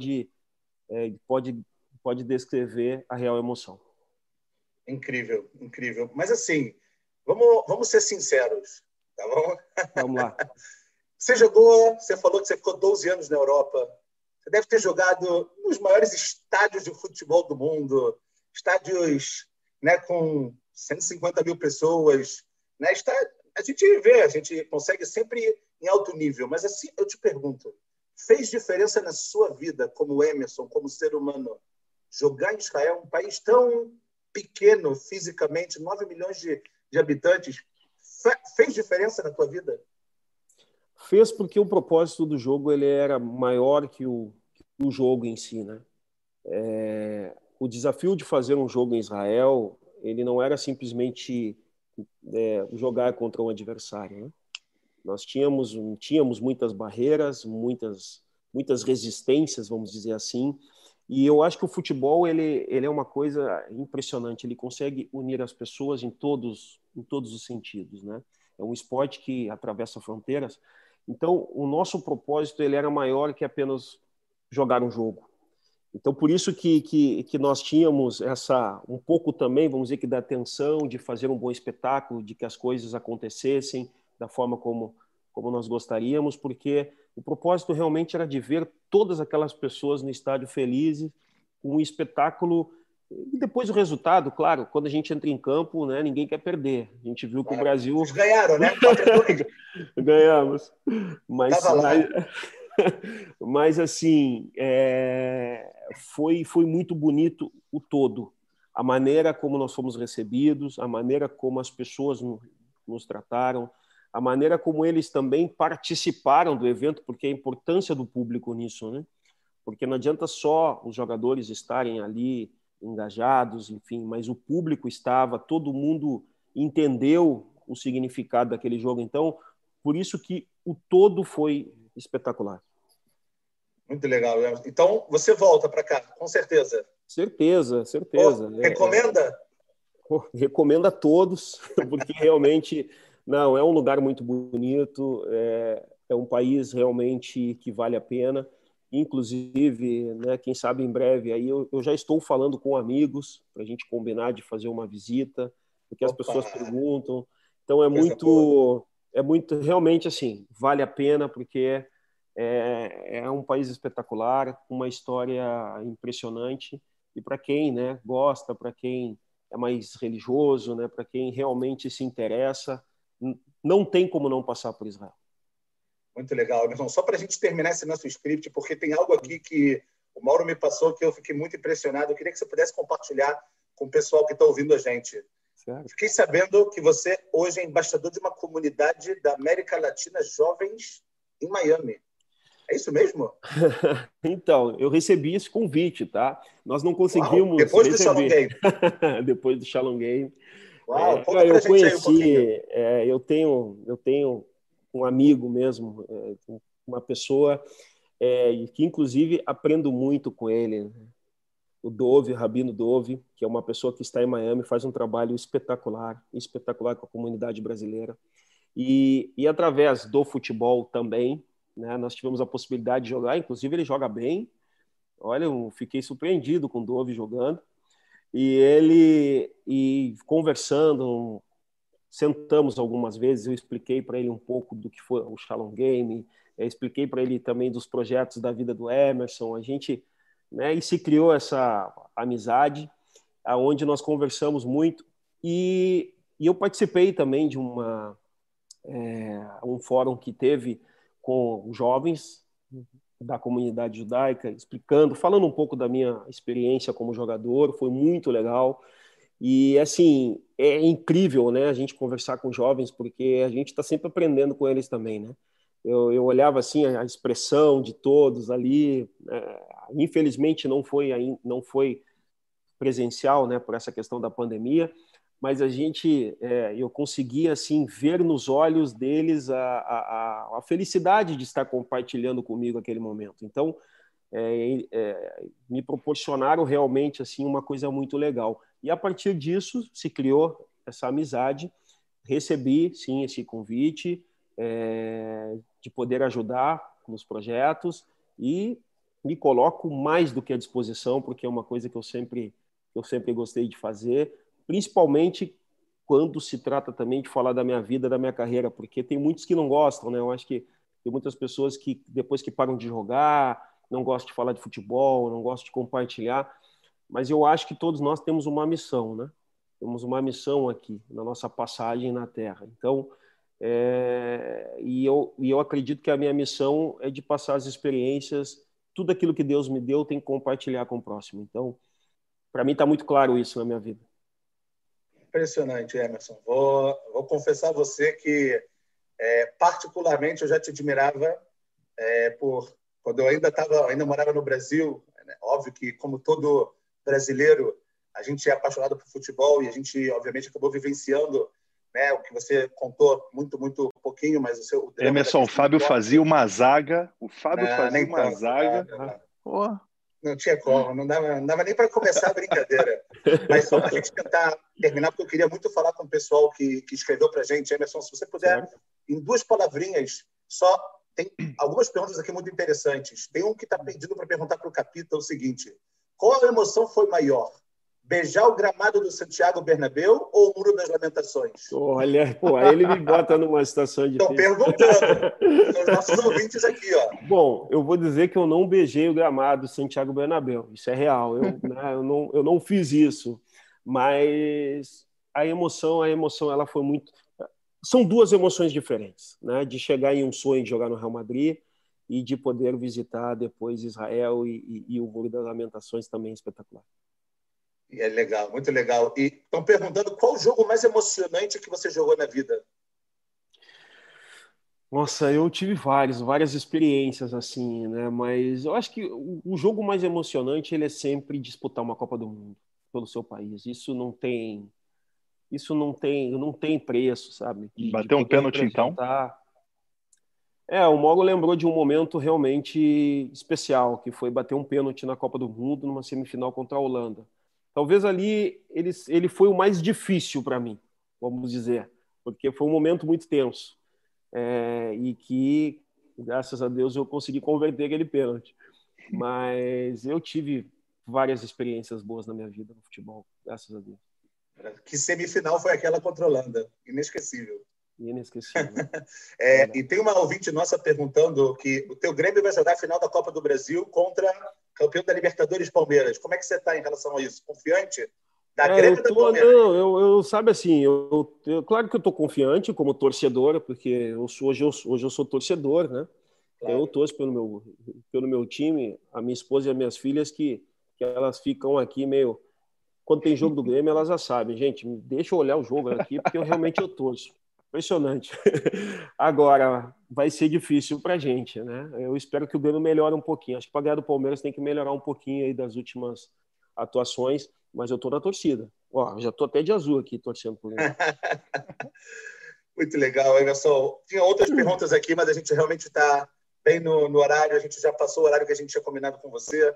pode descrever a real emoção. Incrível, incrível. Mas assim, vamos ser sinceros, tá bom? Vamos lá. Você falou que você ficou 12 anos na Europa. Você deve ter jogado nos maiores estádios de futebol do mundo, estádios, né, com 150 mil pessoas. Né? A gente consegue sempre ir em alto nível. Mas assim, eu te pergunto, fez diferença na sua vida como Emerson, como ser humano, jogar em Israel, um país tão pequeno fisicamente, 9 milhões de habitantes, fez diferença na tua vida? Fez porque o propósito do jogo ele era maior que o jogo em si, né? O desafio de fazer um jogo em Israel, ele não era simplesmente jogar contra um adversário, né? Nós tínhamos muitas barreiras, muitas resistências, vamos dizer assim, e eu acho que o futebol ele é uma coisa impressionante, ele consegue unir as pessoas em todos os sentidos, né? É um esporte que atravessa fronteiras. Então, o nosso propósito ele era maior que apenas jogar um jogo. Então, por isso que nós tínhamos um pouco também, vamos dizer que da atenção, de fazer um bom espetáculo, de que as coisas acontecessem da forma como nós gostaríamos, porque o propósito realmente era de ver todas aquelas pessoas no estádio felizes, com um espetáculo. E depois o resultado, claro, quando a gente entra em campo, né, ninguém quer perder. A gente viu que o Brasil... Vocês ganharam, né? 4-2. Ganhamos. Tava lá. Mas assim, foi muito bonito o todo. A maneira como nós fomos recebidos, a maneira como as pessoas nos trataram, a maneira como eles também participaram do evento, porque a importância do público nisso, né? Porque não adianta só os jogadores estarem ali engajados, enfim, mas o público estava, todo mundo entendeu o significado daquele jogo. Então, por isso que o todo foi espetacular. Muito legal. Então, você volta para cá, com certeza. Certeza. Recomenda? Recomendo a todos, porque realmente é um lugar muito bonito, é um país realmente que vale a pena. Inclusive, né, quem sabe em breve, aí eu já estou falando com amigos para a gente combinar de fazer uma visita, porque as pessoas perguntam. Então é muito realmente assim, vale a pena, porque é um país espetacular, com uma história impressionante, e para quem, né, gosta, para quem é mais religioso, né, para quem realmente se interessa, não tem como não passar por Israel. Muito legal, Emerson. Só para a gente terminar esse nosso script, porque tem algo aqui que o Mauro me passou que eu fiquei muito impressionado. Eu queria que você pudesse compartilhar com o pessoal que está ouvindo a gente. Certo. Fiquei sabendo que você hoje é embaixador de uma comunidade da América Latina Jovens em Miami. É isso mesmo? Então, eu recebi esse convite, tá? Nós não conseguimos... Uau, depois do Shalom Game. Depois do Shalom Game. Uau, conta pra gente aí um pouquinho. Eu tenho um amigo mesmo, uma pessoa que, inclusive, aprendo muito com ele, né? O Dove, Rabino Dove, que é uma pessoa que está em Miami, faz um trabalho espetacular com a comunidade brasileira. E através do futebol também, né, nós tivemos a possibilidade de jogar, inclusive ele joga bem. Olha, eu fiquei surpreendido com o Dove jogando. E conversando, sentamos algumas vezes, eu expliquei para ele um pouco do que foi o Shalom Game, expliquei para ele também dos projetos da vida do Emerson, a gente, né, e se criou essa amizade, onde nós conversamos muito, e eu participei também de um fórum que teve com jovens da comunidade judaica, falando um pouco da minha experiência como jogador, foi muito legal. E, assim, é incrível, né, a gente conversar com jovens, porque a gente está sempre aprendendo com eles também, né? eu olhava assim a expressão de todos ali. Infelizmente não foi presencial, né, por essa questão da pandemia, mas eu conseguia assim ver nos olhos deles a felicidade de estar compartilhando comigo aquele momento. Então, me proporcionaram realmente assim uma coisa muito legal. E a partir disso se criou essa amizade. Recebi, sim, esse convite de poder ajudar nos projetos e me coloco mais do que à disposição, porque é uma coisa que eu sempre gostei de fazer, principalmente quando se trata também de falar da minha vida, da minha carreira, porque tem muitos que não gostam, né? Eu acho que tem muitas pessoas que, depois que param de jogar, não gostam de falar de futebol, não gostam de compartilhar, mas eu acho que todos nós temos uma missão, né? Temos uma missão aqui, na nossa passagem na Terra. Então, eu acredito que a minha missão é de passar as experiências, tudo aquilo que Deus me deu, tem que compartilhar com o próximo. Então, para mim está muito claro isso na minha vida. Impressionante, Emerson. Vou confessar a você que, particularmente, eu já te admirava quando eu ainda morava no Brasil. Né? Óbvio que, como todo brasileiro, a gente é apaixonado por futebol e a gente, obviamente, acabou vivenciando, né, o que você contou muito, muito pouquinho, mas o drama. Emerson, o Fábio fazia uma zaga. O Fábio fazia uma tanto, zaga. Não tinha como, não dava nem para começar a brincadeira. Mas só para a gente tentar terminar, porque eu queria muito falar com o pessoal que escreveu para a gente. Emerson, se você puder, em 2 palavrinhas, só tem algumas perguntas aqui muito interessantes. Tem um que está pedindo para perguntar para o Capita o seguinte: qual a emoção foi maior? Beijar o gramado do Santiago Bernabéu ou o Muro das Lamentações? Olha, aí ele me bota numa situação difícil. Estou perguntando. São os nossos ouvintes aqui, ó. Bom, eu vou dizer que eu não beijei o gramado do Santiago Bernabéu. Isso é real. Eu não fiz isso. Mas a emoção, ela foi muito... São 2 emoções diferentes, né? De chegar em um sonho de jogar no Real Madrid e de poder visitar depois Israel e o Muro das Lamentações também é espetacular. É legal, muito legal. E estão perguntando qual o jogo mais emocionante que você jogou na vida? Nossa, eu tive várias experiências assim, né? Mas eu acho que o jogo mais emocionante ele é sempre disputar uma Copa do Mundo pelo seu país. Isso não tem preço, sabe? Bateu um pênalti então? O Mauro lembrou de um momento realmente especial, que foi bater um pênalti na Copa do Mundo numa semifinal contra a Holanda. Talvez ali ele foi o mais difícil para mim, vamos dizer, porque foi um momento muito tenso. E que, graças a Deus, eu consegui converter aquele pênalti. Mas eu tive várias experiências boas na minha vida no futebol, graças a Deus. Que semifinal foi aquela contra a Holanda? Inesquecível. Inesquecível. E tem uma ouvinte nossa perguntando que o teu Grêmio vai jogar a final da Copa do Brasil contra campeão da Libertadores, Palmeiras. Como é que você está em relação a isso? Confiante? Grêmio da Palmeiras? Não, eu sabe assim, claro que eu estou confiante como torcedor, porque hoje eu sou torcedor, né? Claro. Eu torço pelo meu time, a minha esposa e as minhas filhas que elas ficam aqui meio... Quando tem jogo do Grêmio, elas já sabem. Gente, deixa eu olhar o jogo aqui, porque eu torço. Impressionante. Agora, vai ser difícil para a gente, né? Eu espero que o Grêmio melhore um pouquinho. Acho que para ganhar do Palmeiras tem que melhorar um pouquinho aí das últimas atuações, mas eu estou na torcida. Já estou até de azul aqui, torcendo por ele. Muito legal, Emerson. Tinha outras perguntas aqui, mas a gente realmente está bem no horário. A gente já passou o horário que a gente tinha combinado com você.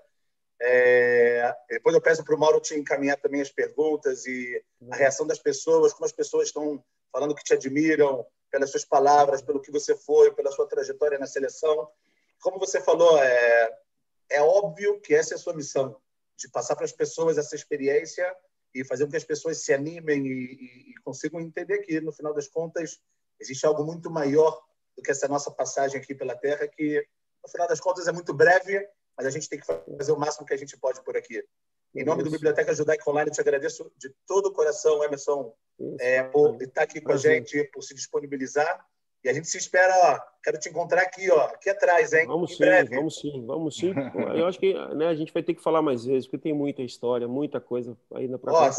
Depois eu peço para o Mauro te encaminhar também as perguntas e a reação das pessoas, como as pessoas estão falando que te admiram pelas suas palavras, pelo que você foi, pela sua trajetória na seleção. Como você falou, é óbvio que essa é a sua missão, de passar para as pessoas essa experiência e fazer com que as pessoas se animem e consigam entender que, no final das contas, existe algo muito maior do que essa nossa passagem aqui pela Terra, que, no final das contas, é muito breve, mas a gente tem que fazer o máximo que a gente pode por aqui. Em nome do Biblioteca Judaica Online, eu te agradeço de todo o coração, Emerson, por estar aqui com a gente, por se disponibilizar. E a gente se espera, quero te encontrar aqui atrás, hein? Vamos sim. Eu acho que, né, a gente vai ter que falar mais vezes, porque tem muita história, muita coisa ainda para contar.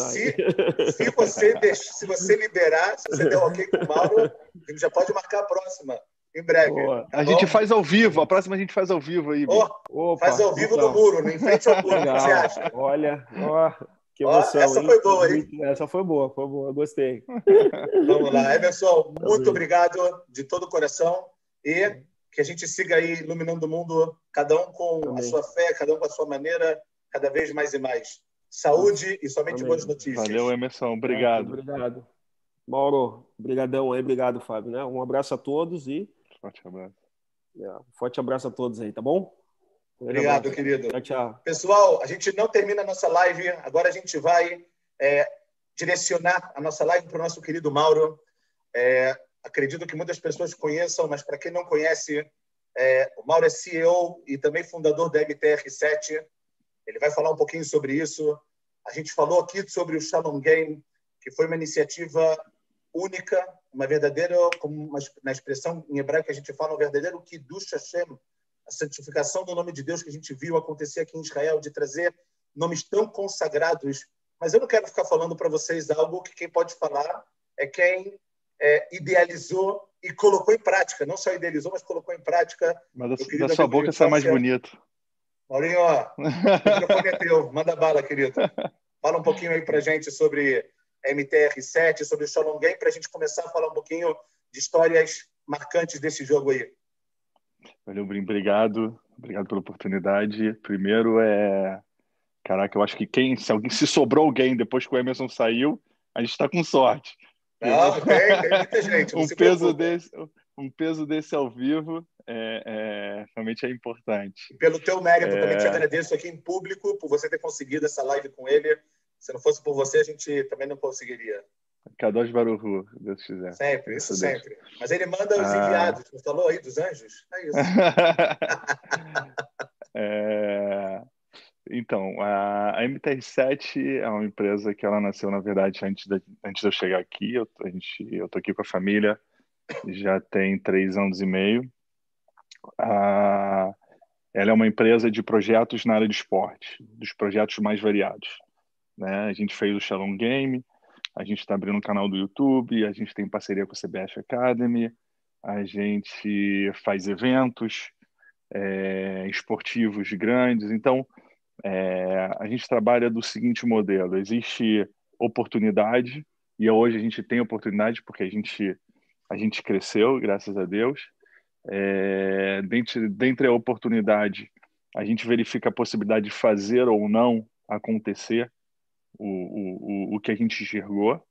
Se você liberar, se você der ok com o Mauro, a gente já pode marcar a próxima. Em breve. Boa. Tá A bom? gente faz ao vivo. A próxima a gente faz ao vivo aí, Bi. Faz ao vivo no muro, em frente ao muro. O que você Legal. acha? Olha, ó, que Ó, emoção, essa hein? foi boa, hein? Essa foi boa, gostei. Vamos lá. Emerson, Tá muito bem. obrigado de todo o coração e que a gente siga aí iluminando o mundo, cada um com a Amém. sua fé, cada um com a sua maneira, cada vez mais e mais. Saúde e somente Amém. boas notícias. Valeu, Emerson. Obrigado. Obrigado. Mauro, brigadão aí, obrigado, Fábio, né? Um abraço a todos e Forte abraço. forte abraço a todos aí, tá bom? Obrigado, querido. Tchau, tchau. Pessoal, a gente não termina a nossa live, agora a gente vai direcionar a nossa live para o nosso querido Mauro. Acredito que muitas pessoas conheçam, mas para quem não conhece, o Mauro é CEO e também fundador da MTR7. Ele vai falar um pouquinho sobre isso. A gente falou aqui sobre o Shalom Game, que foi uma iniciativa única, uma verdadeira, como na expressão em hebraico a gente fala, um verdadeiro Kiddush Hashem, a santificação do nome de Deus que a gente viu acontecer aqui em Israel, de trazer nomes tão consagrados. Mas eu não quero ficar falando para vocês algo que quem pode falar é quem idealizou e colocou em prática. Não só idealizou, mas colocou em prática. Mas da sua boca sai mais bonito. Maurinho, ó, o microfone é teu. Manda bala, querido. Fala um pouquinho aí para a gente sobre a MTR7, sobre o Shalom Game, para a gente começar a falar um pouquinho de histórias marcantes desse jogo aí. Valeu, Brim. Obrigado pela oportunidade. Primeiro caraca, eu acho que se sobrou alguém depois que o Emerson saiu, a gente está com sorte. Não, tem muita gente. Um peso desse ao vivo realmente é importante. E pelo teu mérito, também te agradeço aqui em público por você ter conseguido essa live com ele. Se não fosse por você, a gente também não conseguiria. Kadosh Baruch Hu, Deus quiser. Sempre, isso sempre. Mas ele manda os enviados. Você falou aí dos anjos? É isso. Então, a MTR7 é uma empresa que ela nasceu, na verdade, antes de eu chegar aqui. Eu tô aqui com a família, já tem 3 anos e meio. Ela é uma empresa de projetos na área de esporte, dos projetos mais variados, né? A gente fez o Shalom Game, a gente está abrindo um canal do YouTube, a gente tem parceria com a CBF Academy, a gente faz eventos esportivos grandes. Então, a gente trabalha do seguinte modelo: existe oportunidade, e hoje a gente tem oportunidade porque a gente cresceu, graças a Deus. Dentre a oportunidade, a gente verifica a possibilidade de fazer ou não acontecer o que a gente enxergou.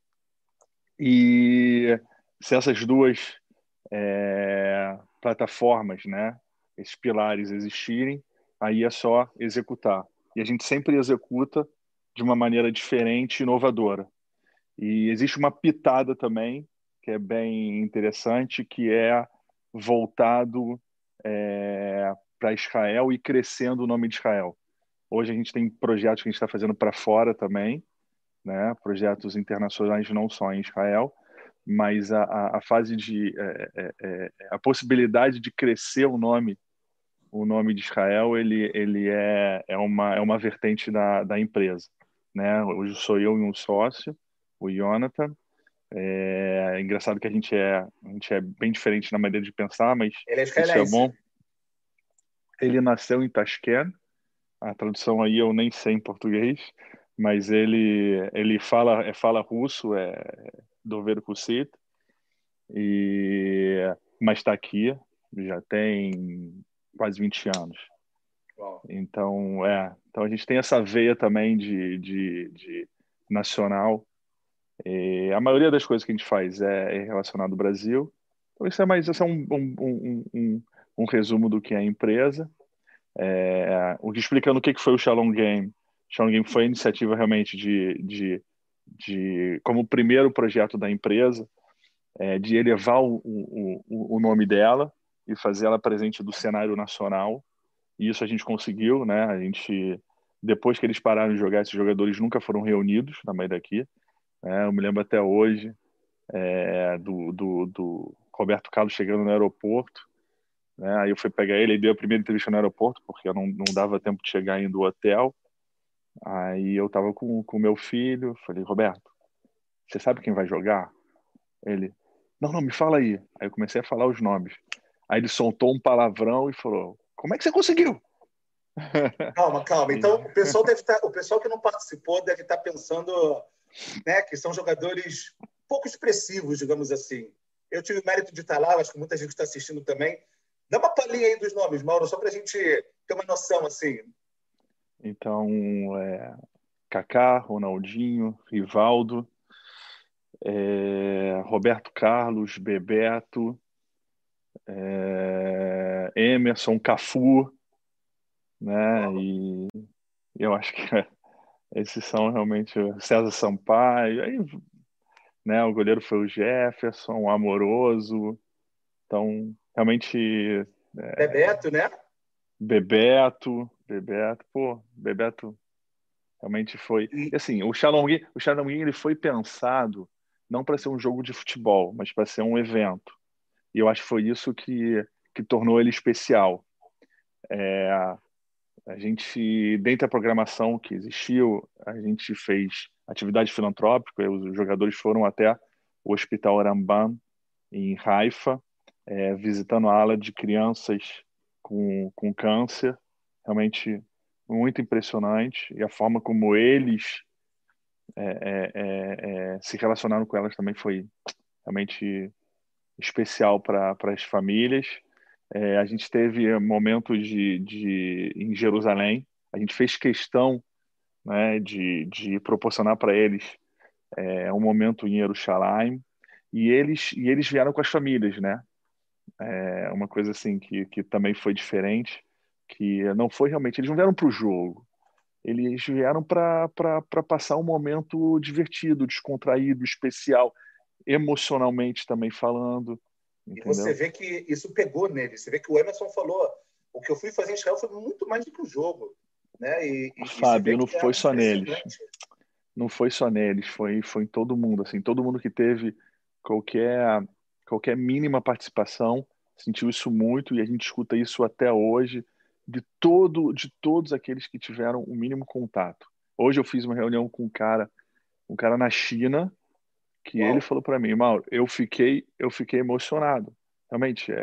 E se essas duas plataformas, né, esses pilares existirem, aí é só executar. E a gente sempre executa de uma maneira diferente e inovadora. E existe uma pitada também, que é bem interessante, que é voltado para Israel e crescendo o nome de Israel. Hoje a gente tem projetos que a gente está fazendo para fora também, né? Projetos internacionais não só em Israel, mas a fase de a possibilidade de crescer o nome de Israel, ele é uma vertente da empresa, né? Hoje sou eu e um sócio, o Jonathan. É engraçado que a gente é bem diferente na maneira de pensar, mas ele isso é bom. Ele nasceu em Tashkent, a tradução aí eu nem sei em português, mas ele fala russo, Dover Russit, mas está aqui, já tem quase 20 anos. Uau. Então a gente tem essa veia também de nacional. A maioria das coisas que a gente faz é relacionado ao Brasil. Então isso é um resumo do que é a empresa. Explicando o que foi o Shalom Game. O Shalom Game foi a iniciativa realmente como o primeiro projeto da empresa, de elevar o nome dela e fazer ela presente do cenário nacional. E isso a gente conseguiu, né? Depois que eles pararam de jogar, esses jogadores nunca foram reunidos na maioria daqui. Eu me lembro até hoje do Roberto Carlos chegando no aeroporto, né? Aí eu fui pegar ele dei a primeira entrevista no aeroporto, porque eu não dava tempo de chegar indo do hotel. Aí eu estava com o meu filho, falei: Roberto, você sabe quem vai jogar? Ele: Não, não, me fala aí. Aí eu comecei a falar os nomes. Aí ele soltou um palavrão e falou: como é que você conseguiu? Calma, calma. Então, o pessoal que não participou deve estar pensando, né, que são jogadores pouco expressivos, digamos assim. Eu tive o mérito de estar lá, acho que muita gente está assistindo também. Dá uma palhinha aí dos nomes, Mauro, só para a gente ter uma noção, assim. Então, Kaká, Ronaldinho, Rivaldo, Roberto Carlos, Bebeto, Emerson, Cafu, né? E eu acho que esses são realmente César Sampaio. Aí, né? O goleiro foi o Jefferson, o Amoroso. Então, realmente, Bebeto, né? Bebeto realmente foi. E assim, o Xalongui ele foi pensado não para ser um jogo de futebol, mas para ser um evento. E eu acho que foi isso que tornou ele especial. A gente, dentro da programação que existiu, a gente fez atividade filantrópica, os jogadores foram até o Hospital Rambam, em Haifa, visitando a ala de crianças com câncer. Realmente muito impressionante. E a forma como eles se relacionaram com elas também foi realmente especial para as famílias. A gente teve momentos em Jerusalém. A gente fez questão, né, de proporcionar para eles um momento em Jerusalém. E eles vieram com as famílias, né? Uma coisa assim que também foi diferente, que não foi realmente. Eles não vieram para o jogo. Eles vieram para passar um momento divertido, descontraído, especial, emocionalmente também falando, E você entendeu? vê que isso pegou nele. Você vê que o Emerson falou: o que eu fui fazer em Israel foi muito mais do que o jogo. Né? E se vê Fábio, não que é foi só neles. impressionante. Não foi só neles, foi em todo mundo. Assim, todo mundo que teve qualquer, qualquer mínima participação sentiu isso muito e a gente escuta isso até hoje de todos aqueles que tiveram o mínimo contato. Hoje eu fiz uma reunião com um cara na China, que ele Uau. falou para mim, Mauro, eu fiquei emocionado. Realmente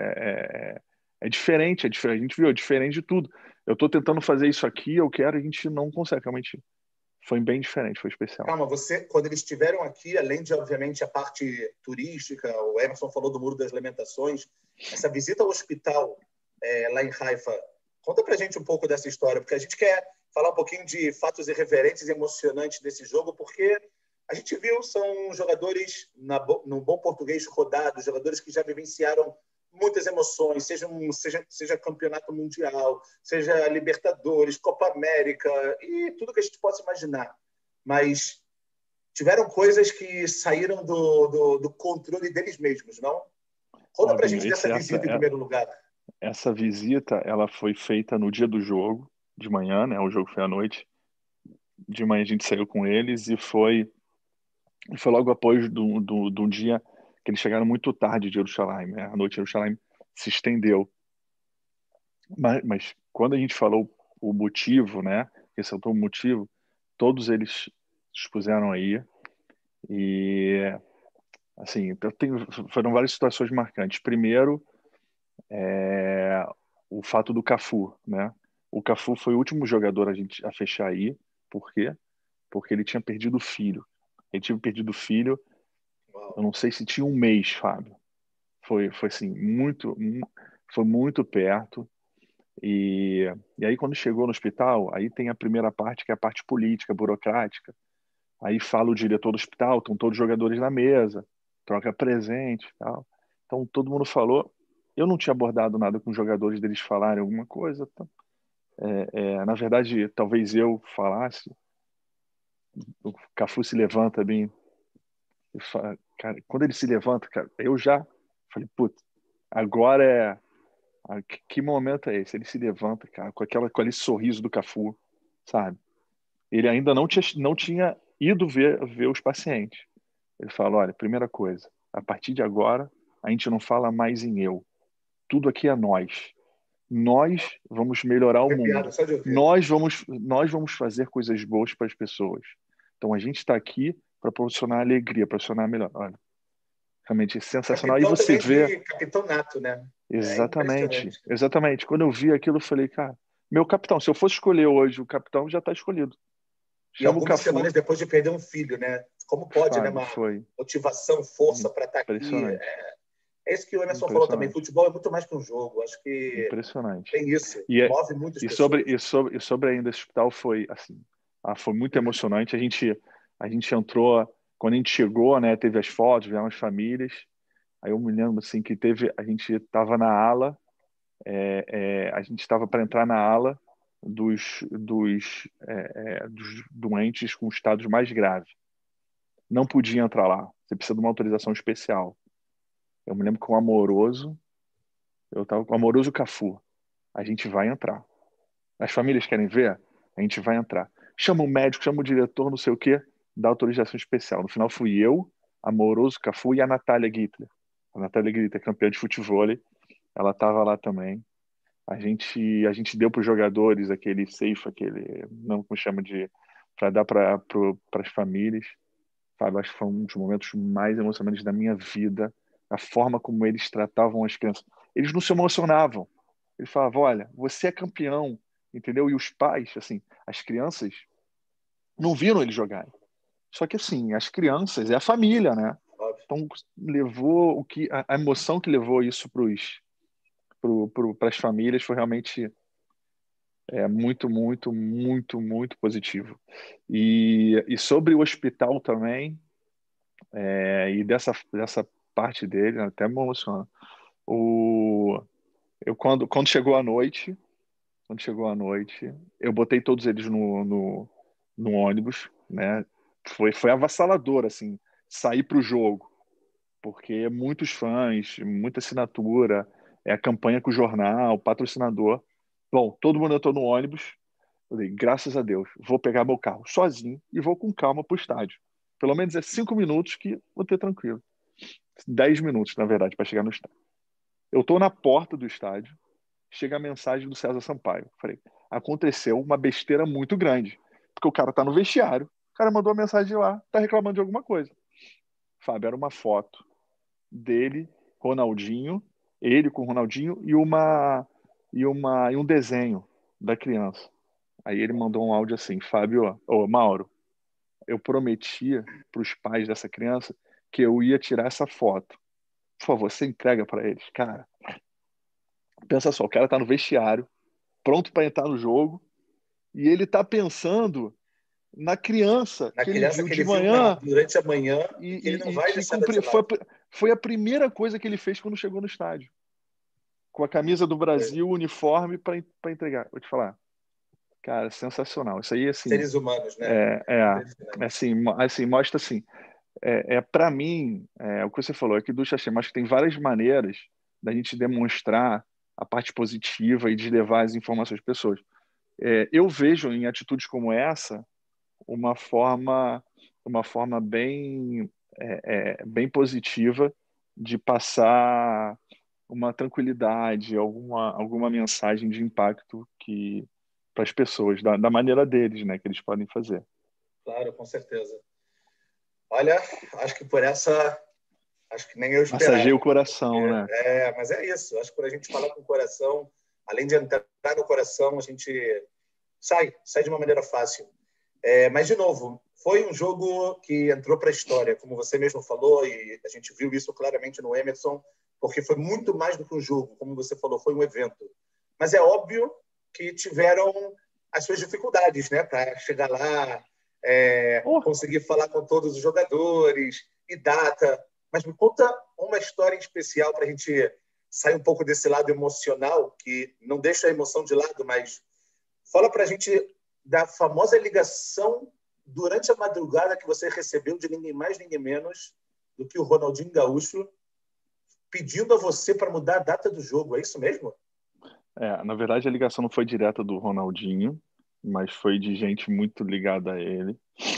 é diferente, é diferente. A gente viu, é diferente de tudo. Eu estou tentando fazer isso aqui, eu quero, a gente não consegue. Realmente foi bem diferente, foi especial. Calma, quando eles estiveram aqui, além de, obviamente, a parte turística, o Emerson falou do Muro das Lamentações, essa visita ao hospital lá em Haifa, conta pra gente um pouco dessa história, porque a gente quer falar um pouquinho de fatos irreverentes e emocionantes desse jogo, porque a gente viu, são jogadores, no bom português, rodados, jogadores que já vivenciaram muitas emoções, seja campeonato mundial, seja Libertadores, Copa América e tudo que a gente possa imaginar. Mas tiveram coisas que saíram do controle deles mesmos, não? Conta pra Fabinho, gente dessa visita em primeiro lugar. essa visita ela foi feita no dia do jogo, de manhã, né? O jogo foi à noite. De manhã a gente saiu com eles e foi logo após de um dia que eles chegaram muito tarde de Jerusalém, né? A noite de Jerusalém se estendeu. Mas quando a gente falou o motivo, né? Ressaltou o motivo, todos eles expuseram aí. E, assim, foram várias situações marcantes. Primeiro, o fato do Cafu, né? O Cafu foi o último jogador a fechar aí. Por quê? Porque ele tinha perdido o filho. Ele tinha perdido o filho, eu Uau. não sei se tinha um mês, Fábio. Foi assim, foi muito perto. E aí, quando chegou no hospital, aí tem a primeira parte, que é a parte política, burocrática. Aí fala o diretor do hospital, estão todos os jogadores na mesa, troca presente e tal. Então, todo mundo falou. Eu não tinha abordado nada com os jogadores deles falarem alguma coisa. Tá? Na verdade, talvez eu falasse. O Cafu se levanta bem. Cara, quando ele se levanta, cara, eu já falei, putz, agora é. Que momento é esse? Ele se levanta, cara, com aquele sorriso do Cafu, sabe? Ele ainda não tinha ido ver os pacientes. Ele fala, olha, primeira coisa, a partir de agora, a gente não fala mais em eu. Tudo aqui é nós. Nós vamos melhorar o Arrepiado mundo. só de ouvir. Nós vamos fazer coisas boas para as pessoas. Então a gente está aqui para proporcionar alegria, proporcionar melhor. Olha, realmente sensacional. E Capitão você também vê de capitão nato, né? É exatamente, impressionante. exatamente. Quando eu vi aquilo, eu falei, cara, meu capitão, se eu fosse escolher hoje, o capitão já está escolhido. E Chama o algumas Cafu, semanas depois de perder um filho, né? Como pode, né? Fábio, Uma foi motivação, força para estar aqui. impressionante, É isso que o Emerson falou também. impressionante, Futebol é muito mais que um jogo. Acho que impressionante. tem isso. E, é, Move muitas e sobre pessoas. e sobre e sobre ainda esse hospital foi assim, foi muito emocionante. A gente entrou quando a gente chegou, né? Teve as fotos, vieram as famílias. Aí eu me lembro assim que a gente estava na ala, a gente estava para entrar na ala dos doentes com estados mais graves. Não podia entrar lá. Você precisa de uma autorização especial. Eu me lembro com o Amoroso, eu estava com o Amoroso Cafu. A gente vai entrar. As famílias querem ver? A gente vai entrar. Chama o médico, chama o diretor, não sei o quê, dá autorização especial. No final fui eu, Amoroso Cafu e a Natália Gittler. A Natália Gittler, campeã de futebol, ela estava lá também. A gente deu para os jogadores aquele safe, aquele, não como chama de, para dar para as famílias. Fábio, acho que foi um dos momentos mais emocionantes da minha vida, a forma como eles tratavam as crianças. Eles não se emocionavam. Eles falavam, olha, você é campeão, entendeu? E os pais, assim, as crianças não viram eles jogarem. Só que, assim, as crianças é a família, né? Óbvio. Então, levou a emoção que levou isso para as famílias foi realmente muito, muito, muito, muito positivo. E sobre o hospital também, e dessa parte dele, até me emociona. Quando chegou a noite, eu botei todos eles no ônibus, né? Foi avassalador, assim, sair para o jogo, porque muitos fãs, muita assinatura, é a campanha com o jornal, patrocinador. Bom, todo mundo entrou no ônibus. Eu falei, graças a Deus, vou pegar meu carro sozinho e vou com calma para o estádio. Pelo menos 5 minutos que vou ter tranquilo. 10 minutos, na verdade, para chegar no estádio. Eu estou na porta do estádio, chega a mensagem do César Sampaio. Falei, aconteceu uma besteira muito grande, porque o cara tá no vestiário, o cara mandou uma mensagem lá, tá reclamando de alguma coisa. Fábio, era uma foto dele, Ronaldinho, ele com o Ronaldinho e um desenho da criança. Aí ele mandou um áudio assim, Fábio, Mauro, eu prometia para os pais dessa criança que eu ia tirar essa foto. Por favor, você entrega para eles. Cara, pensa só, o cara tá no vestiário, pronto para entrar no jogo, e ele tá pensando na criança Na que ele criança viu que de ele viu manhã durante a manhã e que ele não e vai que deixar de foi, lado. foi a primeira coisa que ele fez quando chegou no estádio. Com a camisa do Brasil, o uniforme para entregar. Vou te falar, cara, sensacional. Isso aí, assim, Seres humanos, né? é, é, assim, mostra assim, para mim, o que você falou, é que do Xaxim, acho que tem várias maneiras da gente demonstrar a parte positiva e de levar as informações às pessoas. Eu vejo em atitudes como essa uma forma, uma forma bem positiva de passar uma tranquilidade, alguma mensagem de impacto para as pessoas, da maneira deles, né, que eles podem fazer. Claro, com certeza. Olha, acho que por essa, acho que nem eu Massageia o esperava. coração, né? Mas é isso. Acho que por a gente falar com o coração, além de entrar no coração, a gente sai de uma maneira fácil. Mas, de novo, foi um jogo que entrou para a história, como você mesmo falou, e a gente viu isso claramente no Emerson, porque foi muito mais do que um jogo, como você falou, foi um evento. Mas é óbvio que tiveram as suas dificuldades, né, para chegar lá, conseguir falar com todos os jogadores e data. Mas me conta uma história em especial para a gente sair um pouco desse lado emocional, que não deixa a emoção de lado, mas fala para a gente da famosa ligação durante a madrugada que você recebeu de ninguém mais, ninguém menos do que o Ronaldinho Gaúcho pedindo a você para mudar a data do jogo. É isso mesmo? Na verdade, a ligação não foi direta do Ronaldinho, mas foi de gente muito ligada a ele.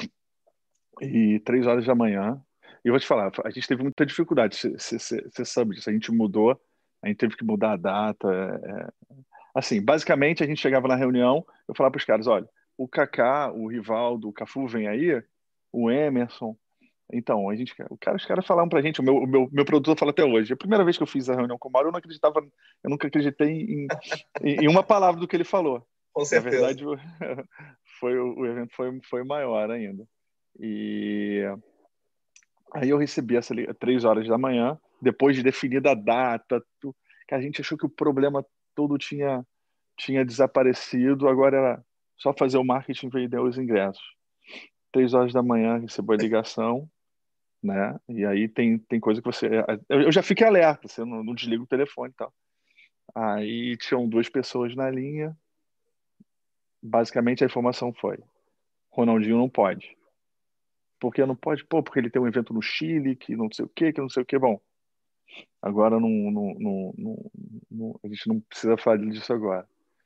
E 3 horas da manhã. E eu vou te falar, a gente teve muita dificuldade. Você sabe disso. A gente mudou, a gente teve que mudar a data. Assim, basicamente, a gente chegava na reunião, eu falava para os caras: olha, o Kaká, o Rivaldo, o Cafu vem aí, o Emerson, Então, os caras falaram pra gente, meu produtor fala até hoje, a primeira vez que eu fiz a reunião com o Mauro, eu nunca acreditei em uma palavra do que ele falou. Com Na certeza. verdade, o evento foi maior ainda. E aí eu recebi 3 horas da manhã, depois de definida a data, que a gente achou que o problema todo tinha desaparecido, agora era só fazer o marketing e vender os ingressos. 3 horas da manhã recebo a ligação, né? E aí tem coisa que você. Eu já fiquei alerta, você não desliga o telefone e tal. Aí tinham 2 pessoas na linha. Basicamente a informação foi: Ronaldinho não pode. Por que não pode? Pô, porque ele tem um evento no Chile, que não sei o quê, que não sei o quê. Bom, agora a gente não precisa falar disso agora.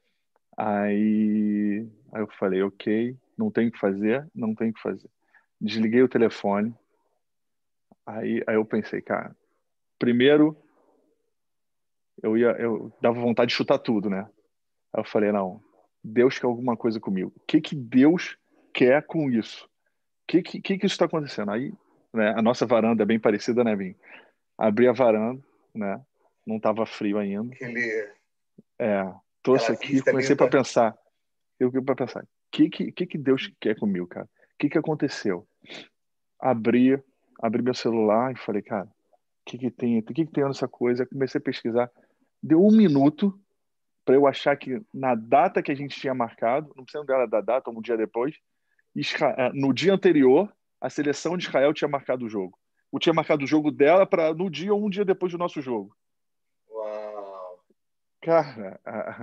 Aí eu falei, ok, não tem o que fazer, não tem o que fazer. Desliguei o telefone. Aí eu pensei, cara, primeiro eu dava vontade de chutar tudo, né? Aí eu falei, não, Deus quer alguma coisa comigo. O que Deus quer com isso? Que isso está acontecendo? Aí, né, a nossa varanda é bem parecida, né, Vim? Abri a varanda, né? Não estava frio ainda. É, Aquela trouxe aqui, vista comecei para linda. pensar. Eu para pensar, que Deus quer comigo, cara? O que aconteceu? Abri, abri meu celular e falei, cara, o que tem nessa coisa? Comecei a pesquisar. Deu 1 minuto para eu achar que na data que a gente tinha marcado, não precisa era da data ou um dia depois, no dia anterior, a seleção de Israel tinha marcado o jogo. Tinha marcado o jogo dela para no dia ou um dia depois do nosso jogo. Uau! Cara,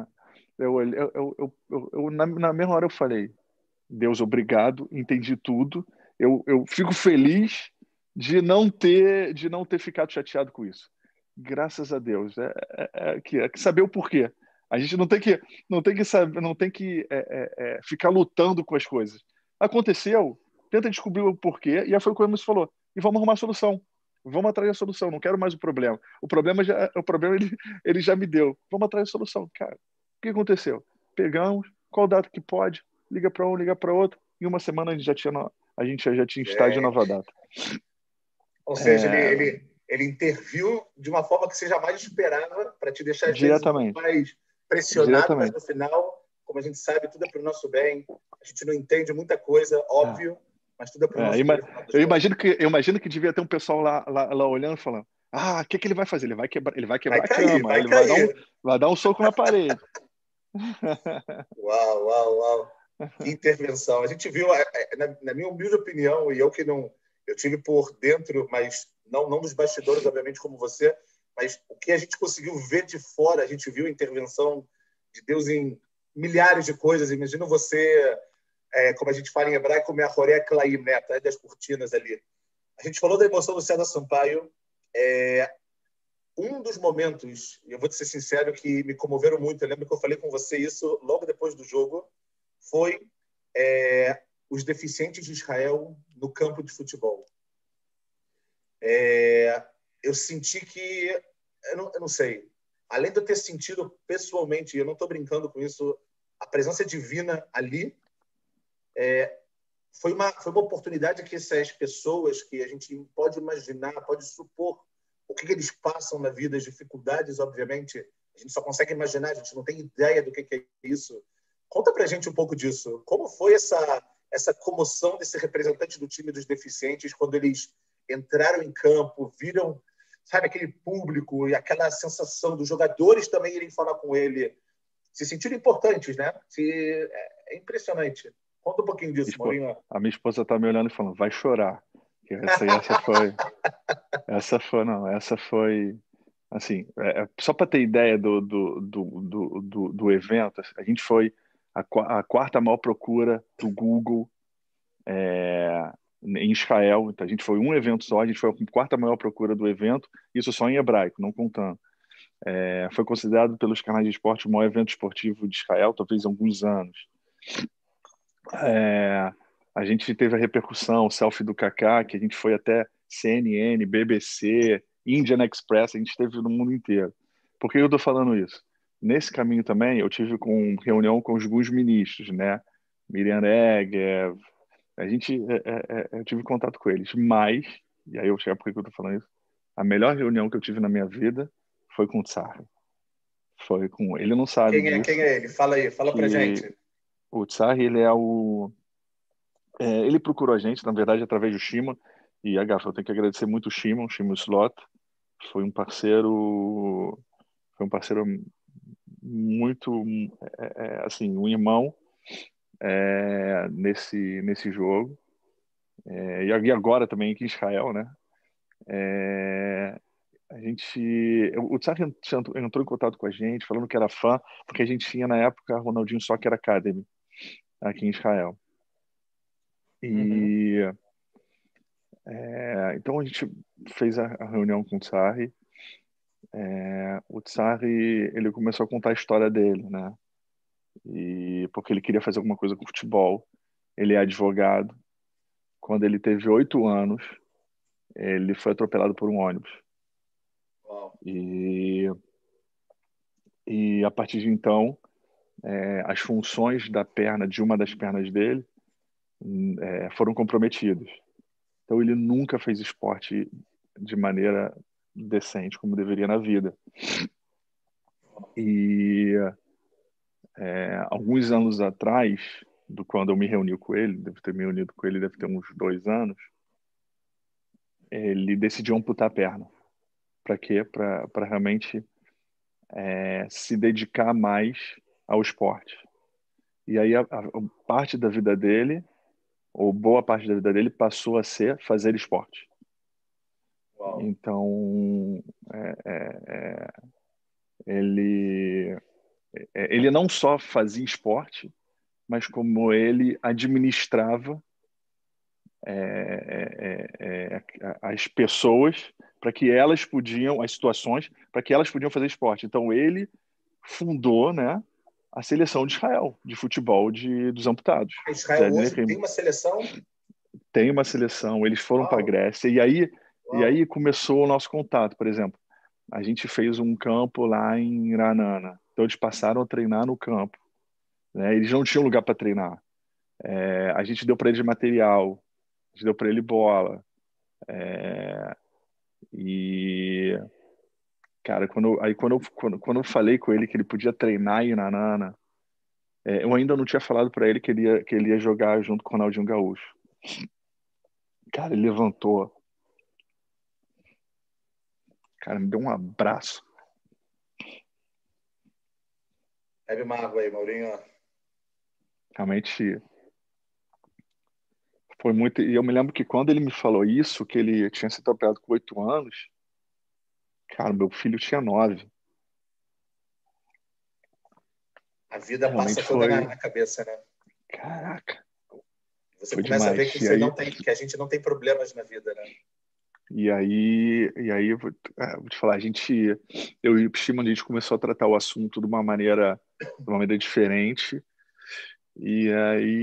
na mesma hora eu falei, Deus, obrigado, entendi tudo. Eu fico feliz de não ter ficado chateado com isso. Graças a Deus. É que saber o porquê. A gente não tem que saber, não tem que ficar lutando com as coisas. Aconteceu, tenta descobrir o porquê, e aí foi o que o Emerson falou. E vamos arrumar a solução. Vamos atrás da solução. Não quero mais o problema. O problema ele já me deu. Vamos atrás da solução. Cara, o que aconteceu? Pegamos, qual data que pode? Liga para um, liga para outro. Em uma semana a gente já tinha estádio de nova Gente. data. Ou seja, É, ele interviu de uma forma que você jamais esperava, para te deixar, às vezes, um pouco diretamente, mais pressionado, mas diretamente. no final, como a gente sabe, tudo é para o nosso bem. A gente não entende muita coisa, óbvio, mas tudo é para o É, nosso bem no final das eu contas. imagino que devia ter um pessoal lá olhando, falando: o que ele vai fazer? Ele vai quebrar Vai a cair, cama, vai ele cair. vai dar um soco na parede. Uau, uau, uau. Que intervenção. A gente viu, na minha humilde opinião, e eu que não. Eu tive por dentro, mas não dos bastidores, obviamente, como você, mas o que a gente conseguiu ver de fora, a gente viu a intervenção de Deus em milhares de coisas. Imagina você, como a gente fala em hebraico, Meachorei Klaim, né? Atrás das cortinas ali. A gente falou da emoção do César Sampaio. Um dos momentos, e eu vou te ser sincero, que me comoveram muito, eu lembro que eu falei com você isso logo depois do jogo, foi os deficientes de Israel no campo de futebol. Eu senti que, eu não sei, além de eu ter sentido pessoalmente, e eu não estou brincando com isso, a presença divina ali, foi uma oportunidade que essas pessoas que a gente pode imaginar, pode supor o que eles passam na vida, as dificuldades, obviamente, a gente só consegue imaginar, a gente não tem ideia do que é isso. Conta pra gente um pouco disso. Como foi essa comoção desse representante do time dos deficientes quando eles entraram em campo, viram, sabe, aquele público e aquela sensação dos jogadores também irem falar com ele, se sentiram importantes, né? É impressionante. Conta um pouquinho disso, Maurinho. A minha esposa tá me olhando e falando: vai chorar. Essa foi assim, só para ter ideia do evento, a gente foi a quarta maior procura do Google em Israel. Então a gente foi um evento só, a gente foi a quarta maior procura do evento, isso só em hebraico, não contando. Foi considerado pelos canais de esporte o maior evento esportivo de Israel, talvez há alguns anos. A gente teve a repercussão, o selfie do Kaká, que a gente foi até CNN, BBC, Indian Express, a gente teve no mundo inteiro. Por que eu estou falando isso? Nesse caminho também, eu tive reunião com alguns ministros, né? Miriam Regev, Eu tive contato com eles, mas, e aí eu chego por que eu tô falando isso, a melhor reunião que eu tive na minha vida foi com o Tsar. Foi com ele, não sabe Quem disso, é ele? Fala aí, fala pra que gente. o Tsar, ele é o... ele procurou a gente, na verdade, através do Shimon, e a Gafa, eu tenho que agradecer muito o Shimon Slot, foi um parceiro, foi um parceiro muito, assim, um irmão nesse jogo. E agora também aqui em Israel, né? É, o Tsar entrou em contato com a gente, falando que era fã, porque a gente tinha na época a Ronaldinho Soccer Academy aqui em Israel. Uhum. E então a gente fez a reunião com o Tsar. O Tsar ele começou a contar a história dele, né? E porque ele queria fazer alguma coisa com futebol. Ele é advogado. Quando ele teve 8 anos, ele foi atropelado por um ônibus. Uau. E a partir de então, as funções da perna, de uma das pernas dele, foram comprometidas. Então ele nunca fez esporte de maneira decente, como deveria na vida. E alguns anos atrás, quando eu me reuni com ele, deve ter me reunido com ele, deve ter uns 2 anos, ele decidiu amputar a perna. Para quê? Para realmente se dedicar mais ao esporte. E aí a parte da vida dele, ou boa parte da vida dele, passou a ser fazer esporte. Uau. Então, ele não só fazia esporte, mas como ele administrava as pessoas para que elas podiam, as situações, para que elas podiam fazer esporte. Então, ele fundou, né, a seleção de Israel, de futebol dos amputados. Israel hoje tem Nehemiah. uma seleção? Tem uma seleção, eles foram para a Uau. Grécia, e Uau. aí começou o nosso contato. Por exemplo, a gente fez um campo lá em Ranana, então eles passaram a treinar no campo, né? Eles não tinham lugar para treinar. A gente deu para eles material, a gente deu para ele bola. E, cara, quando eu falei com ele que ele podia treinar em Ranana, eu ainda não tinha falado para ele que ele ia jogar junto com o Ronaldinho Gaúcho. Cara, ele levantou. Cara, me deu um abraço. Bebe uma água aí, Maurinho. Realmente foi muito. E eu me lembro que quando ele me falou isso, que ele tinha sido operado com 8 anos, cara, meu filho tinha 9. A vida Realmente passa toda foi. na cabeça, né? Caraca, Você foi começa a ver demais. que você não tem, que a gente não tem problemas na vida, né? E aí eu vou te falar, eu e o Shimon, a gente começou a tratar o assunto de uma maneira diferente. E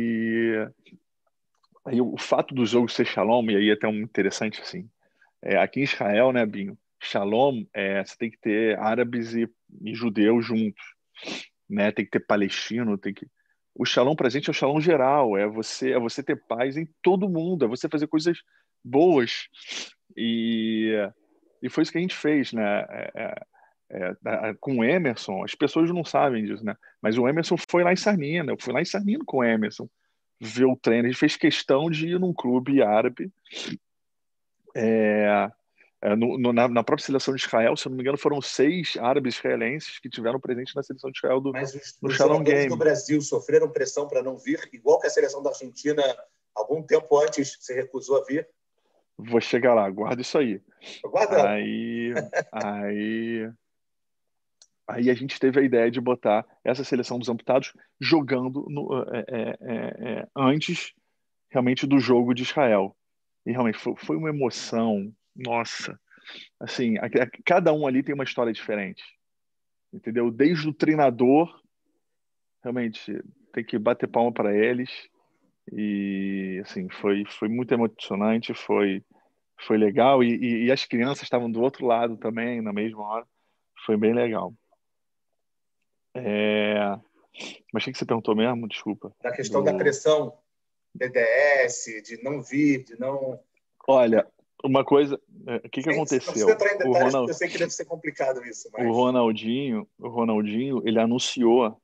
aí o fato do jogo ser Shalom, e aí é até um interessante assim, aqui em Israel, né, Binho? Shalom, você tem que ter árabes e judeus juntos, né? Tem que ter palestino, tem que... O Shalom pra gente é o Shalom geral, é você ter paz em todo mundo, é você fazer coisas boas. E, e foi isso que a gente fez, né? Com o Emerson, as pessoas não sabem disso, né? Mas o Emerson foi lá em Sarmina, eu fui lá em Sarmina com o Emerson, ver o treino, a gente fez questão de ir num clube árabe, é, na própria seleção de Israel, se eu não me engano, foram 6 árabes israelenses que tiveram presente na seleção de Israel Mas no os Shalom jogadores do Game. Brasil sofreram pressão para não vir, igual que a seleção da Argentina, algum tempo antes, se recusou a vir. Vou chegar lá, guarda isso aí. Aguarda. Aí, aí, aí a gente teve a ideia de botar essa seleção dos amputados jogando antes realmente do jogo de Israel. E realmente foi uma emoção, nossa. Assim, cada um ali tem uma história diferente, entendeu? Desde o treinador, realmente tem que bater palma para eles. E assim, foi muito emocionante, foi legal. E as crianças estavam do outro lado também, na mesma hora. Foi bem legal. Mas o que você perguntou mesmo? Desculpa. Da questão da pressão. BDS, de não vir, de não... Olha, uma coisa, o que Não precisa aconteceu? entrar em detalhes, porque eu sei que deve ser complicado isso, O mas... Ronaldinho, ele anunciou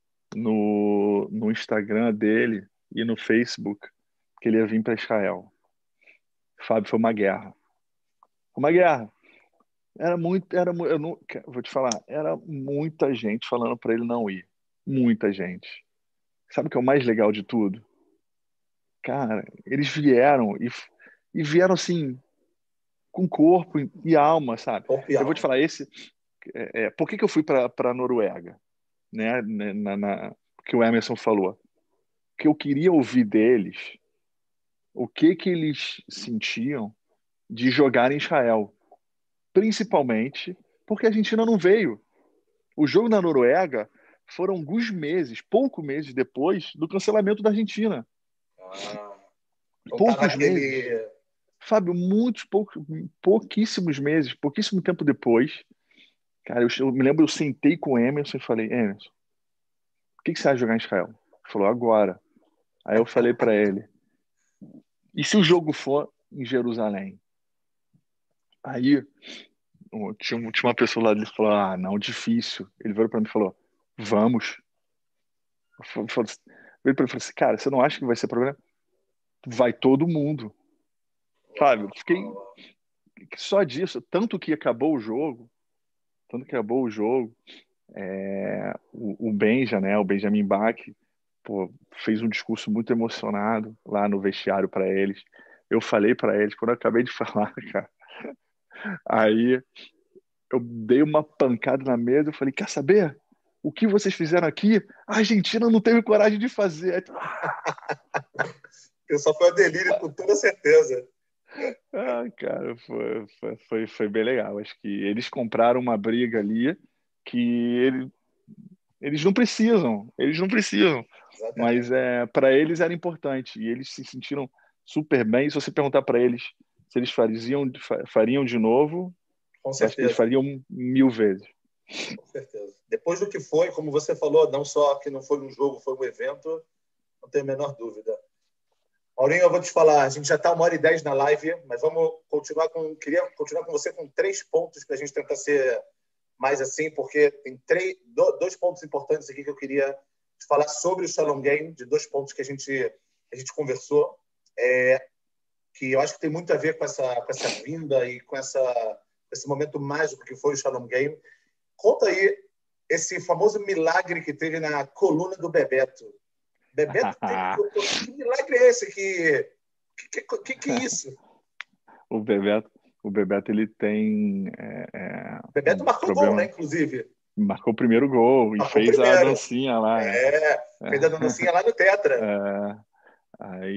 no Instagram dele e no Facebook que ele ia vir para Israel. Fábio, foi uma guerra. Foi uma guerra. Eu não, vou te falar, era muita gente falando para ele não ir. Muita gente. Sabe o que é o mais legal de tudo? Cara, eles vieram e vieram assim, com corpo e alma, sabe? Corpo e Eu vou te alma. falar, por que que eu fui para a Noruega? Né, que o Emerson falou. Que eu queria ouvir deles o que que eles sentiam de jogar em Israel. Principalmente porque a Argentina não veio. O jogo na Noruega foram alguns meses, poucos meses depois do cancelamento da Argentina. Ah, então tava Poucos meses. aquele... Fábio, pouquíssimos meses, pouquíssimo tempo depois, cara, eu me lembro, eu sentei com o Emerson e falei, Emerson, o que que você vai jogar em Israel? Ele falou, agora. Aí eu falei para ele, e se o jogo for em Jerusalém? Aí tinha uma pessoa lá, ele falou, ah, não, difícil. Ele veio para mim e falou, vamos. Veio para mim e falou assim, cara, você não acha que vai ser problema? Vai todo mundo. Sabe, eu fiquei só disso, tanto que acabou o jogo, o Benja, né, o Benjamin Bach, pô, fez um discurso muito emocionado lá no vestiário para eles. Eu falei para eles, quando eu acabei de falar, cara, aí eu dei uma pancada na mesa, eu falei, quer saber? O que vocês fizeram aqui, a Argentina não teve coragem de fazer. Só foi um delírio, com toda certeza. Ah, cara, foi bem legal. Acho que eles compraram uma briga ali que eles não precisam, mas Exatamente. para eles era importante e eles se sentiram super bem. Se você perguntar para eles se eles fariam de novo, Com eu acho que eles certeza. fariam 1000 vezes. Com certeza. Depois do que foi, como você falou, não só que não foi um jogo, foi um evento, não tenho a menor dúvida. Maurinho, eu vou te falar, a gente já está 1h10 na live, mas vamos continuar queria continuar com você com 3 pontos para a gente tentar ser mais assim, porque tem 2 pontos importantes aqui que eu queria te falar sobre o Shalom Game, de 2 pontos que a gente conversou, que eu acho que tem muito a ver com essa vinda e com esse momento mágico que foi o Shalom Game. Conta aí esse famoso milagre que teve na coluna do Bebeto. Bebeto teve... Que milagre é esse? Que é isso? O Bebeto ele tem Bebeto um marcou gol, né, problema. inclusive. Marcou o primeiro gol e Marcou o fez a primeiro. dancinha lá, né? Fez a dancinha lá no Tetra. Aí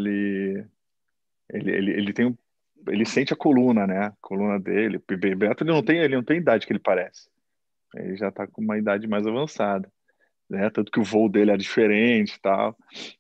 ele tem ele sente a coluna, né? A coluna dele. O Bebeto ele não tem idade que ele parece. Ele já está com uma idade mais avançada, né? Tanto que o voo dele é diferente, e tal.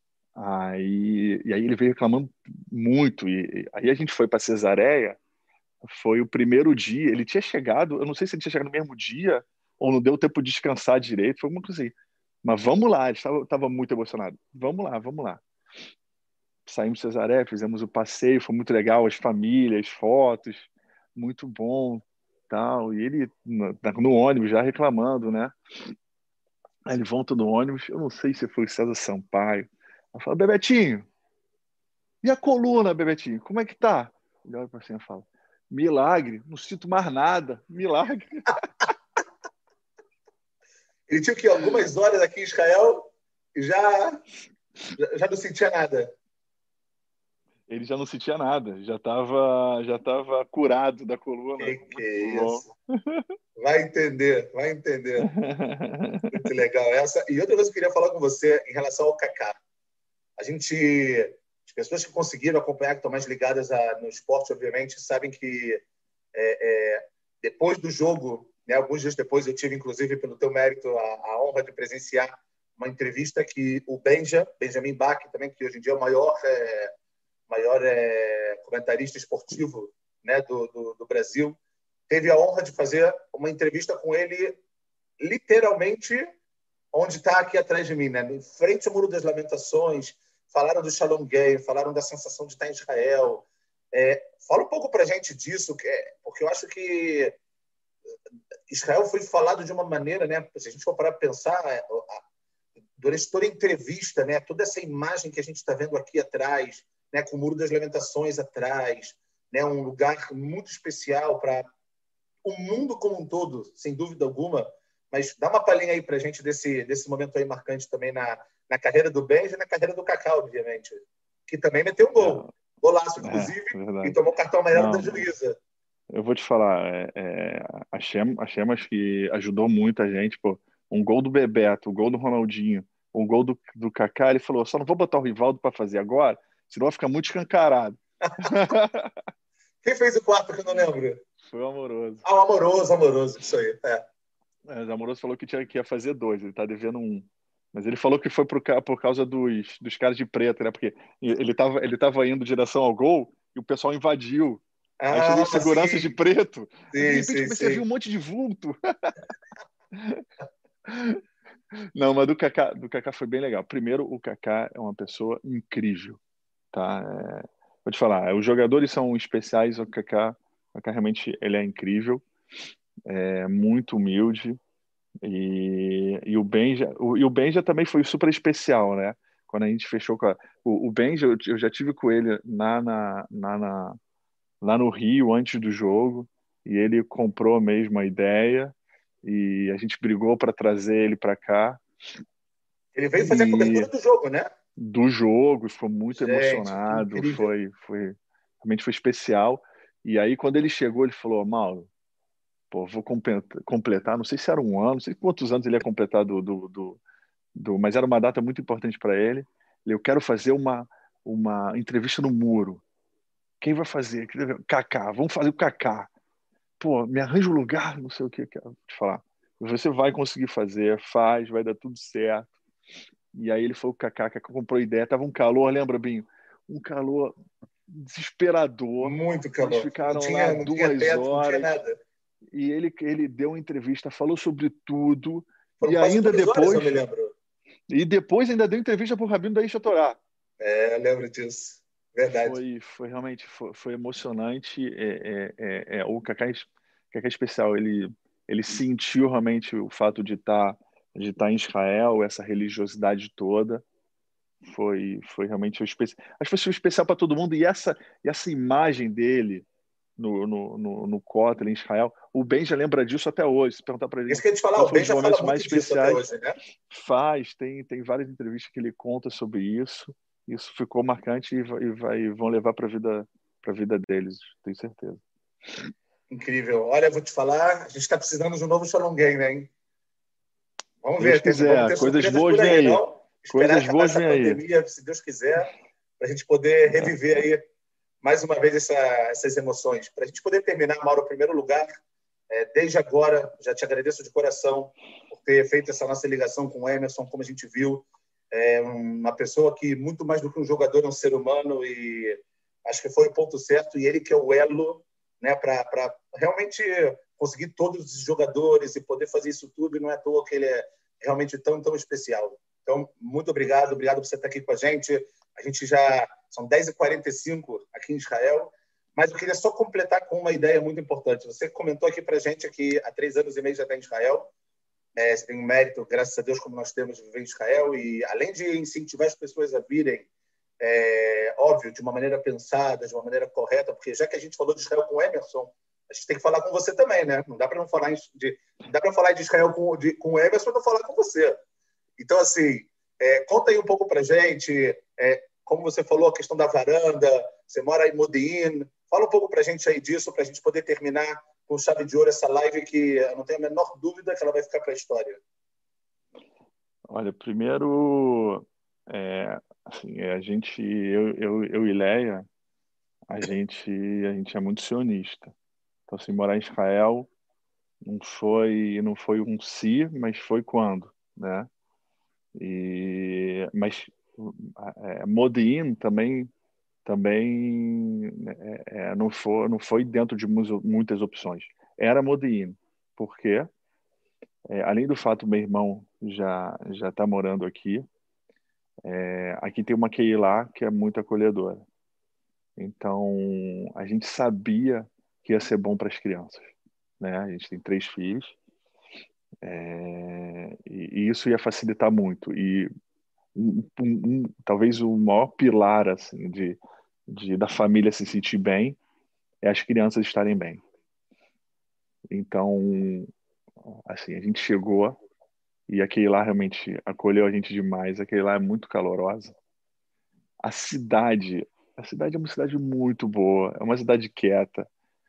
E aí ele veio reclamando muito. E aí a gente foi para Cesareia. Foi o primeiro dia. Ele tinha chegado. Eu não sei se ele tinha chegado no mesmo dia ou não deu tempo de descansar direito. Foi uma coisa assim. Mas vamos lá. Ele estava muito emocionado. Vamos lá, vamos lá. Saímos de Cesareia, fizemos o passeio, foi muito legal, as famílias, fotos, muito bom, tal. E ele no ônibus já reclamando, né? Aí ele volta do ônibus, eu não sei se foi o César Sampaio. Ela fala, Bebetinho, e a coluna, Bebetinho, como é que tá? Ele olha para cima e fala, milagre, não sinto mais nada, milagre. Ele tinha que algumas horas aqui em Israel e já não sentia nada. Ele já não sentia nada, já tava curado da coluna. Que é Muito bom. isso? Vai entender, vai entender. Muito legal essa. E outra coisa que eu queria falar com você em relação ao Kaká. As pessoas que conseguiram acompanhar, que estão mais ligadas no esporte, obviamente, sabem que depois do jogo, né, alguns dias depois, eu tive, inclusive, pelo teu mérito, a honra de presenciar uma entrevista que o Benjamin Bach, também, que hoje em dia é o maior comentarista esportivo, né, do Brasil, teve a honra de fazer uma entrevista com ele, literalmente, onde está aqui atrás de mim, né, em frente ao Muro das Lamentações, falaram do Shalom Gay, falaram da sensação de estar em Israel. Fala um pouco para a gente disso, porque eu acho que Israel foi falado de uma maneira, né? Se a gente for parar para pensar, durante toda a entrevista, né? Toda essa imagem que a gente está vendo aqui atrás, né? Com o Muro das Lamentações atrás, né? Um lugar muito especial para o mundo como um todo, sem dúvida alguma. Mas dá uma palhinha aí para a gente desse momento aí marcante também na carreira do Benja e na carreira do Kaká, obviamente, que também meteu um gol. Golaço, inclusive, e tomou cartão amarelo da juíza. Eu vou te falar, a Chemas que ajudou muito a gente, pô, um gol do Bebeto, um gol do Ronaldinho, um gol do Kaká, ele falou, só não vou botar o Rivaldo para fazer agora, senão vai ficar muito escancarado. Quem fez o quarto que eu não lembro? Foi o Amoroso. O Amoroso, isso aí. O Amoroso falou que ia fazer 2, ele tá devendo 1. Mas ele falou que foi por causa dos caras de preto, né? Porque ele tava indo em direção ao gol e o pessoal invadiu. Aí chegou os seguranças de preto. Sim, de repente comecei a ver um monte de vulto. Não, mas do Kaká foi bem legal. Primeiro, o Kaká é uma pessoa incrível, tá? Vou te falar, os jogadores são especiais, o Kaká realmente ele é incrível, muito humilde. E o Benja também foi super especial, né? Quando a gente fechou com o Benja, eu já tive com ele lá no Rio antes do jogo, e ele comprou mesmo a ideia e a gente brigou para trazer ele para cá. Ele veio fazer a cobertura do jogo, né? Do jogo, ficou muito emocionado, realmente foi especial. E aí quando ele chegou, ele falou: Mauro, pô, vou completar, não sei se era 1 ano, não sei quantos anos ele ia completar mas era uma data muito importante para ele. Eu quero fazer uma entrevista no Muro. Quem vai fazer? Kaká, vamos fazer o Kaká. Pô, me arranja um lugar, não sei o que eu quero te falar. Você vai conseguir fazer, vai dar tudo certo. E aí ele falou que o Kaká comprou ideia, tava um calor, lembra, Binho? Um calor desesperador. Muito calor. Eles ficaram lá 2 horas. Não tinha nada. E ele deu uma entrevista, falou sobre tudo. Foram e ainda depois, horas, eu me lembro. E depois ainda deu entrevista para o Rabino da Isha Torá. Eu lembro disso. Verdade. Foi realmente foi emocionante. O Kaká é especial. Ele sentiu realmente o fato de estar em Israel, essa religiosidade toda. Foi realmente especial. Acho que foi especial para todo mundo. E essa imagem dele no Kotel, em Israel, o Ben já lembra disso até hoje. Se perguntar para ele, isso que a gente falar, o Ben já fala muito disso até hoje, né? Tem várias entrevistas que ele conta sobre isso. Isso ficou marcante e vão levar para a vida deles, tenho certeza. Incrível. Olha, eu vou te falar, a gente está precisando de um novo Shalom Game, né, hein? Vamos ver. Deus quiser, coisas boas vêm aí. Coisas boas vêm aí. Pandemia, se Deus quiser, para a gente poder reviver aí mais uma vez essas emoções. Para a gente poder terminar, Mauro, em primeiro lugar, desde agora, já te agradeço de coração por ter feito essa nossa ligação com o Emerson, como a gente viu. Uma pessoa que, muito mais do que um jogador, é um ser humano, e acho que foi o ponto certo, e ele que é o elo, né, para realmente conseguir todos os jogadores e poder fazer isso tudo, e não é à toa que ele é realmente tão especial. Então, muito obrigado por você estar aqui com a gente. A gente já são 10h45 aqui em Israel, mas eu queria só completar com uma ideia muito importante. Você comentou aqui para a gente que há 3 anos e meio já está em Israel. Você tem um mérito, graças a Deus, como nós temos de viver em Israel, e além de incentivar as pessoas a virem, óbvio, de uma maneira pensada, de uma maneira correta, porque já que a gente falou de Israel com o Emerson, a gente tem que falar com você também, né? Não dá para falar de Israel com o Emerson e não falar com você. Então, assim, conta aí um pouco para a gente, como você falou, a questão da varanda, você mora em Modi'in, fala um pouco para a gente aí disso, para a gente poder terminar com chave de ouro essa live, que eu não tenho a menor dúvida que ela vai ficar para a história. Olha, primeiro, assim, eu e Leia, a gente é muito sionista. Então, assim, morar em Israel não foi um si, mas foi quando, né? Mas Modi'in também não foi dentro de muitas opções. Era Modi'in. Por quê? Além do fato do meu irmão já está morando aqui, Aqui tem uma Keilah que é muito acolhedora. Então, a gente sabia que ia ser bom para as crianças, né? A gente tem 3 filhos, e isso ia facilitar muito. E talvez o maior pilar assim, da família se sentir bem é as crianças estarem bem. Então, assim, a gente chegou e a Keilah realmente acolheu a gente demais. A Keilah é muito calorosa. A cidade, a cidade é uma cidade muito boa, é uma cidade quieta.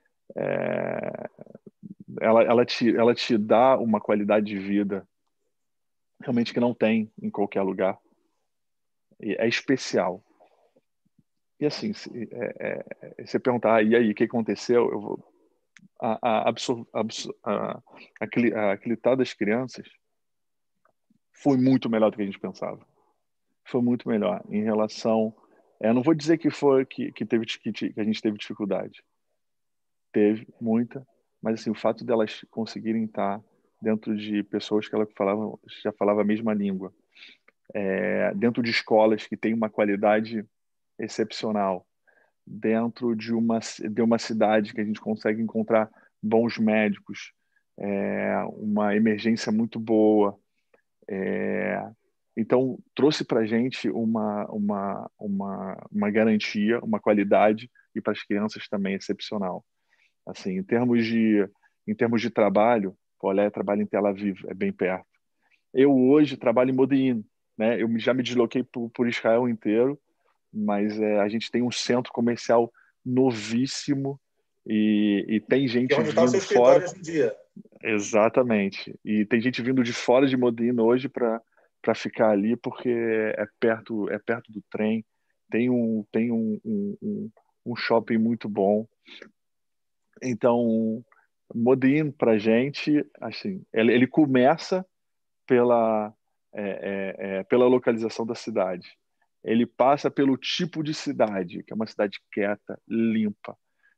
Ela te dá uma qualidade de vida realmente que não tem em qualquer lugar. E é especial. E assim, você perguntar, e aí, o que aconteceu? Eu vou, a clitar das crianças foi muito melhor do que a gente pensava. Foi muito melhor em relação. Não vou dizer que foi que a gente teve dificuldade. Teve muita, mas assim, o fato delas conseguirem estar dentro de pessoas que já falavam a mesma língua, dentro de escolas que têm uma qualidade excepcional, dentro de uma cidade que a gente consegue encontrar bons médicos, uma emergência muito boa. Então, trouxe para a gente uma garantia, uma qualidade, e para as crianças também excepcional. Assim, em termos de trabalho, o Olé trabalha em Tel Aviv, é bem perto. Eu hoje trabalho em Modi'in, né? Eu já me desloquei por Israel inteiro, mas a gente tem um centro comercial novíssimo e tem Que é gente onde está o vindo seu fora. escritório hoje em dia. Exatamente. E tem gente vindo de fora de Modena hoje para ficar ali porque é perto do trem. Tem um shopping muito bom. Então, Modena para gente, assim, ele começa pela pela localização da cidade. Ele passa pelo tipo de cidade, que é uma cidade quieta, limpa,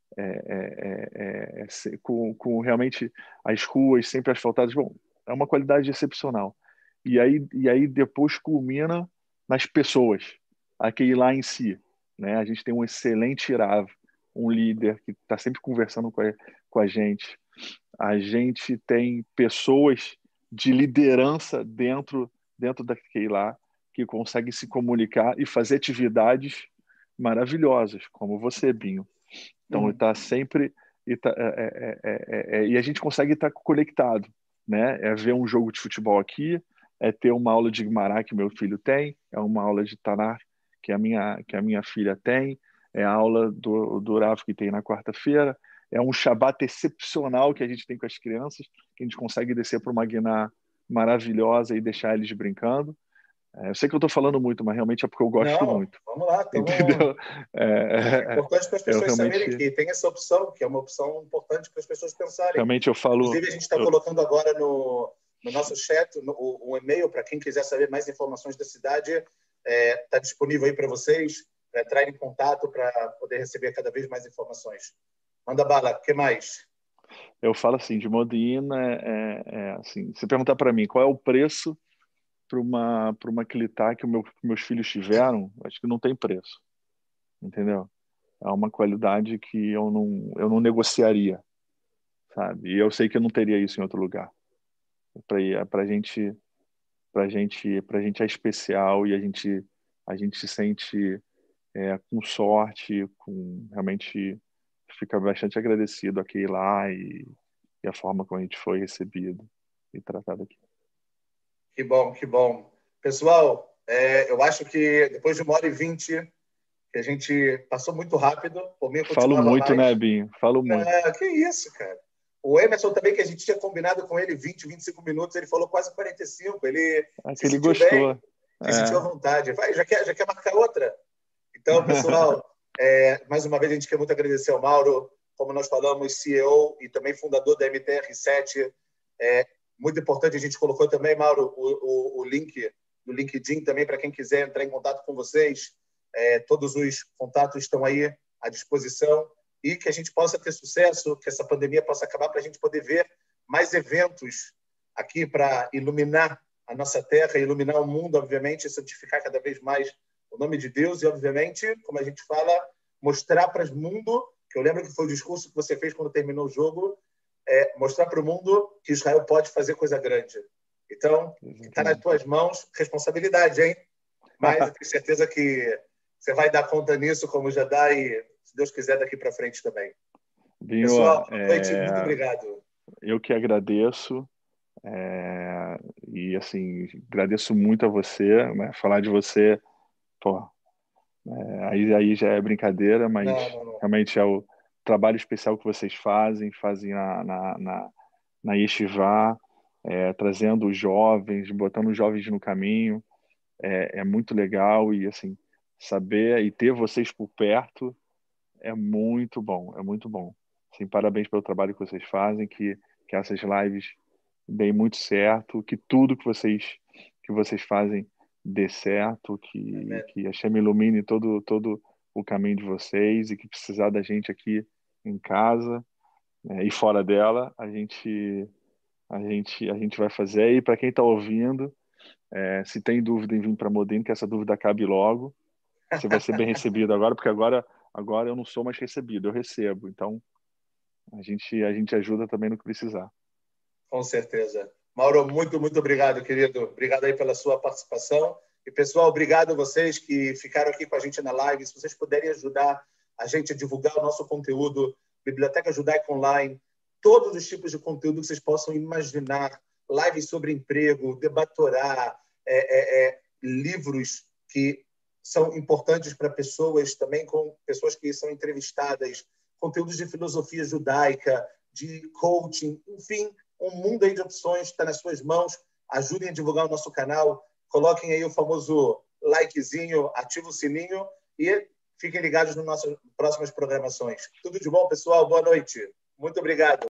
com realmente as ruas sempre asfaltadas. Bom, é uma qualidade excepcional. E aí depois culmina nas pessoas, aquele lá em si. Né? A gente tem um excelente Rav, um líder que está sempre conversando com a gente. A gente tem pessoas de liderança dentro daquele lá que conseguem se comunicar e fazer atividades maravilhosas, como você, Binho. Então, está sempre. E a gente consegue estar conectado. Né? É ver um jogo de futebol aqui, é ter uma aula de Guimarães que meu filho tem, é uma aula de Tanar que a minha filha tem, é a aula do Rav que tem na quarta-feira, é um Shabat excepcional que a gente tem com as crianças, que a gente consegue descer para uma guiná maravilhosa e deixar eles brincando. Eu sei que eu estou falando muito, mas realmente é porque eu gosto Não, muito. vamos lá. Entendeu? É importante para as Eu pessoas saberem realmente, que tem essa opção, que é uma opção importante para as pessoas pensarem. realmente eu falo. Inclusive, a gente está colocando agora no nosso chat um e-mail para quem quiser saber mais informações da cidade. Está disponível aí para vocês, para entrar em contato, para poder receber cada vez mais informações. Manda bala, o que mais? Eu falo assim, de Modena, assim, se perguntar para mim qual é o preço para uma clitar que meus filhos tiveram, acho que não tem preço, entendeu? É uma qualidade que eu não negociaria, sabe? E eu sei que eu não teria isso em outro lugar. Para gente é especial e a gente se sente com sorte, realmente fica bastante agradecido aqui lá e a forma como a gente foi recebido e tratado aqui. Que bom, que bom. Pessoal, eu acho que depois de 1h20, que a gente passou muito rápido, por mim eu Falo continuava muito, né, mais. Binho? Falo muito. Que isso, cara. O Emerson também, que a gente tinha combinado com ele 20, 25 minutos, ele falou quase 45. Ele se Aquele sentiu bem, gostou. se sentiu à vontade. Vai, já quer marcar outra? Então, pessoal, mais uma vez a gente quer muito agradecer ao Mauro, como nós falamos, CEO e também fundador da MTR7. Muito importante, a gente colocou também, Mauro, o link do LinkedIn também para quem quiser entrar em contato com vocês. Todos os contatos estão aí à disposição e que a gente possa ter sucesso, que essa pandemia possa acabar para a gente poder ver mais eventos aqui para iluminar a nossa terra, iluminar o mundo, obviamente, e santificar cada vez mais o nome de Deus e, obviamente, como a gente fala, mostrar para o mundo, que eu lembro que foi o discurso que você fez quando terminou o jogo, mostrar para o mundo que Israel pode fazer coisa grande. Então, está nas tuas mãos, responsabilidade, hein? Mas eu tenho certeza que você vai dar conta nisso, como já dá, e, se Deus quiser, daqui para frente também. Binho, Pessoal, boa noite, muito obrigado. Eu que agradeço. E assim, agradeço muito a você, né? Falar de você, pô, aí já é brincadeira, mas Não. realmente é o trabalho especial que vocês fazem na Yeshivá, trazendo os jovens, botando os jovens no caminho, é muito legal. E assim, saber e ter vocês por perto é muito bom, é muito bom. Assim, parabéns pelo trabalho que vocês fazem, que essas lives deem muito certo, que tudo que vocês fazem dê certo, que a Hashem ilumine todo o caminho de vocês, e que precisar da gente aqui em casa, e fora dela, a gente vai fazer. E para quem está ouvindo, se tem dúvida em vir para Modena, que essa dúvida acabe logo. Você vai ser bem recebido agora, porque agora eu não sou mais recebido, eu recebo. Então, a gente ajuda também no que precisar. Com certeza. Mauro, muito obrigado, querido. Obrigado aí pela sua participação. E, pessoal, obrigado a vocês que ficaram aqui com a gente na live. Se vocês puderem ajudar a gente a divulgar o nosso conteúdo, Biblioteca Judaica Online, todos os tipos de conteúdo que vocês possam imaginar, lives sobre emprego, debatorá, livros que são importantes para pessoas, também com pessoas que são entrevistadas, conteúdos de filosofia judaica, de coaching, enfim, um mundo aí de opções está nas suas mãos. Ajudem a divulgar o nosso canal, coloquem aí o famoso likezinho, ativem o sininho e fiquem ligados nas nossas próximas programações. Tudo de bom, pessoal? Boa noite. Muito obrigado.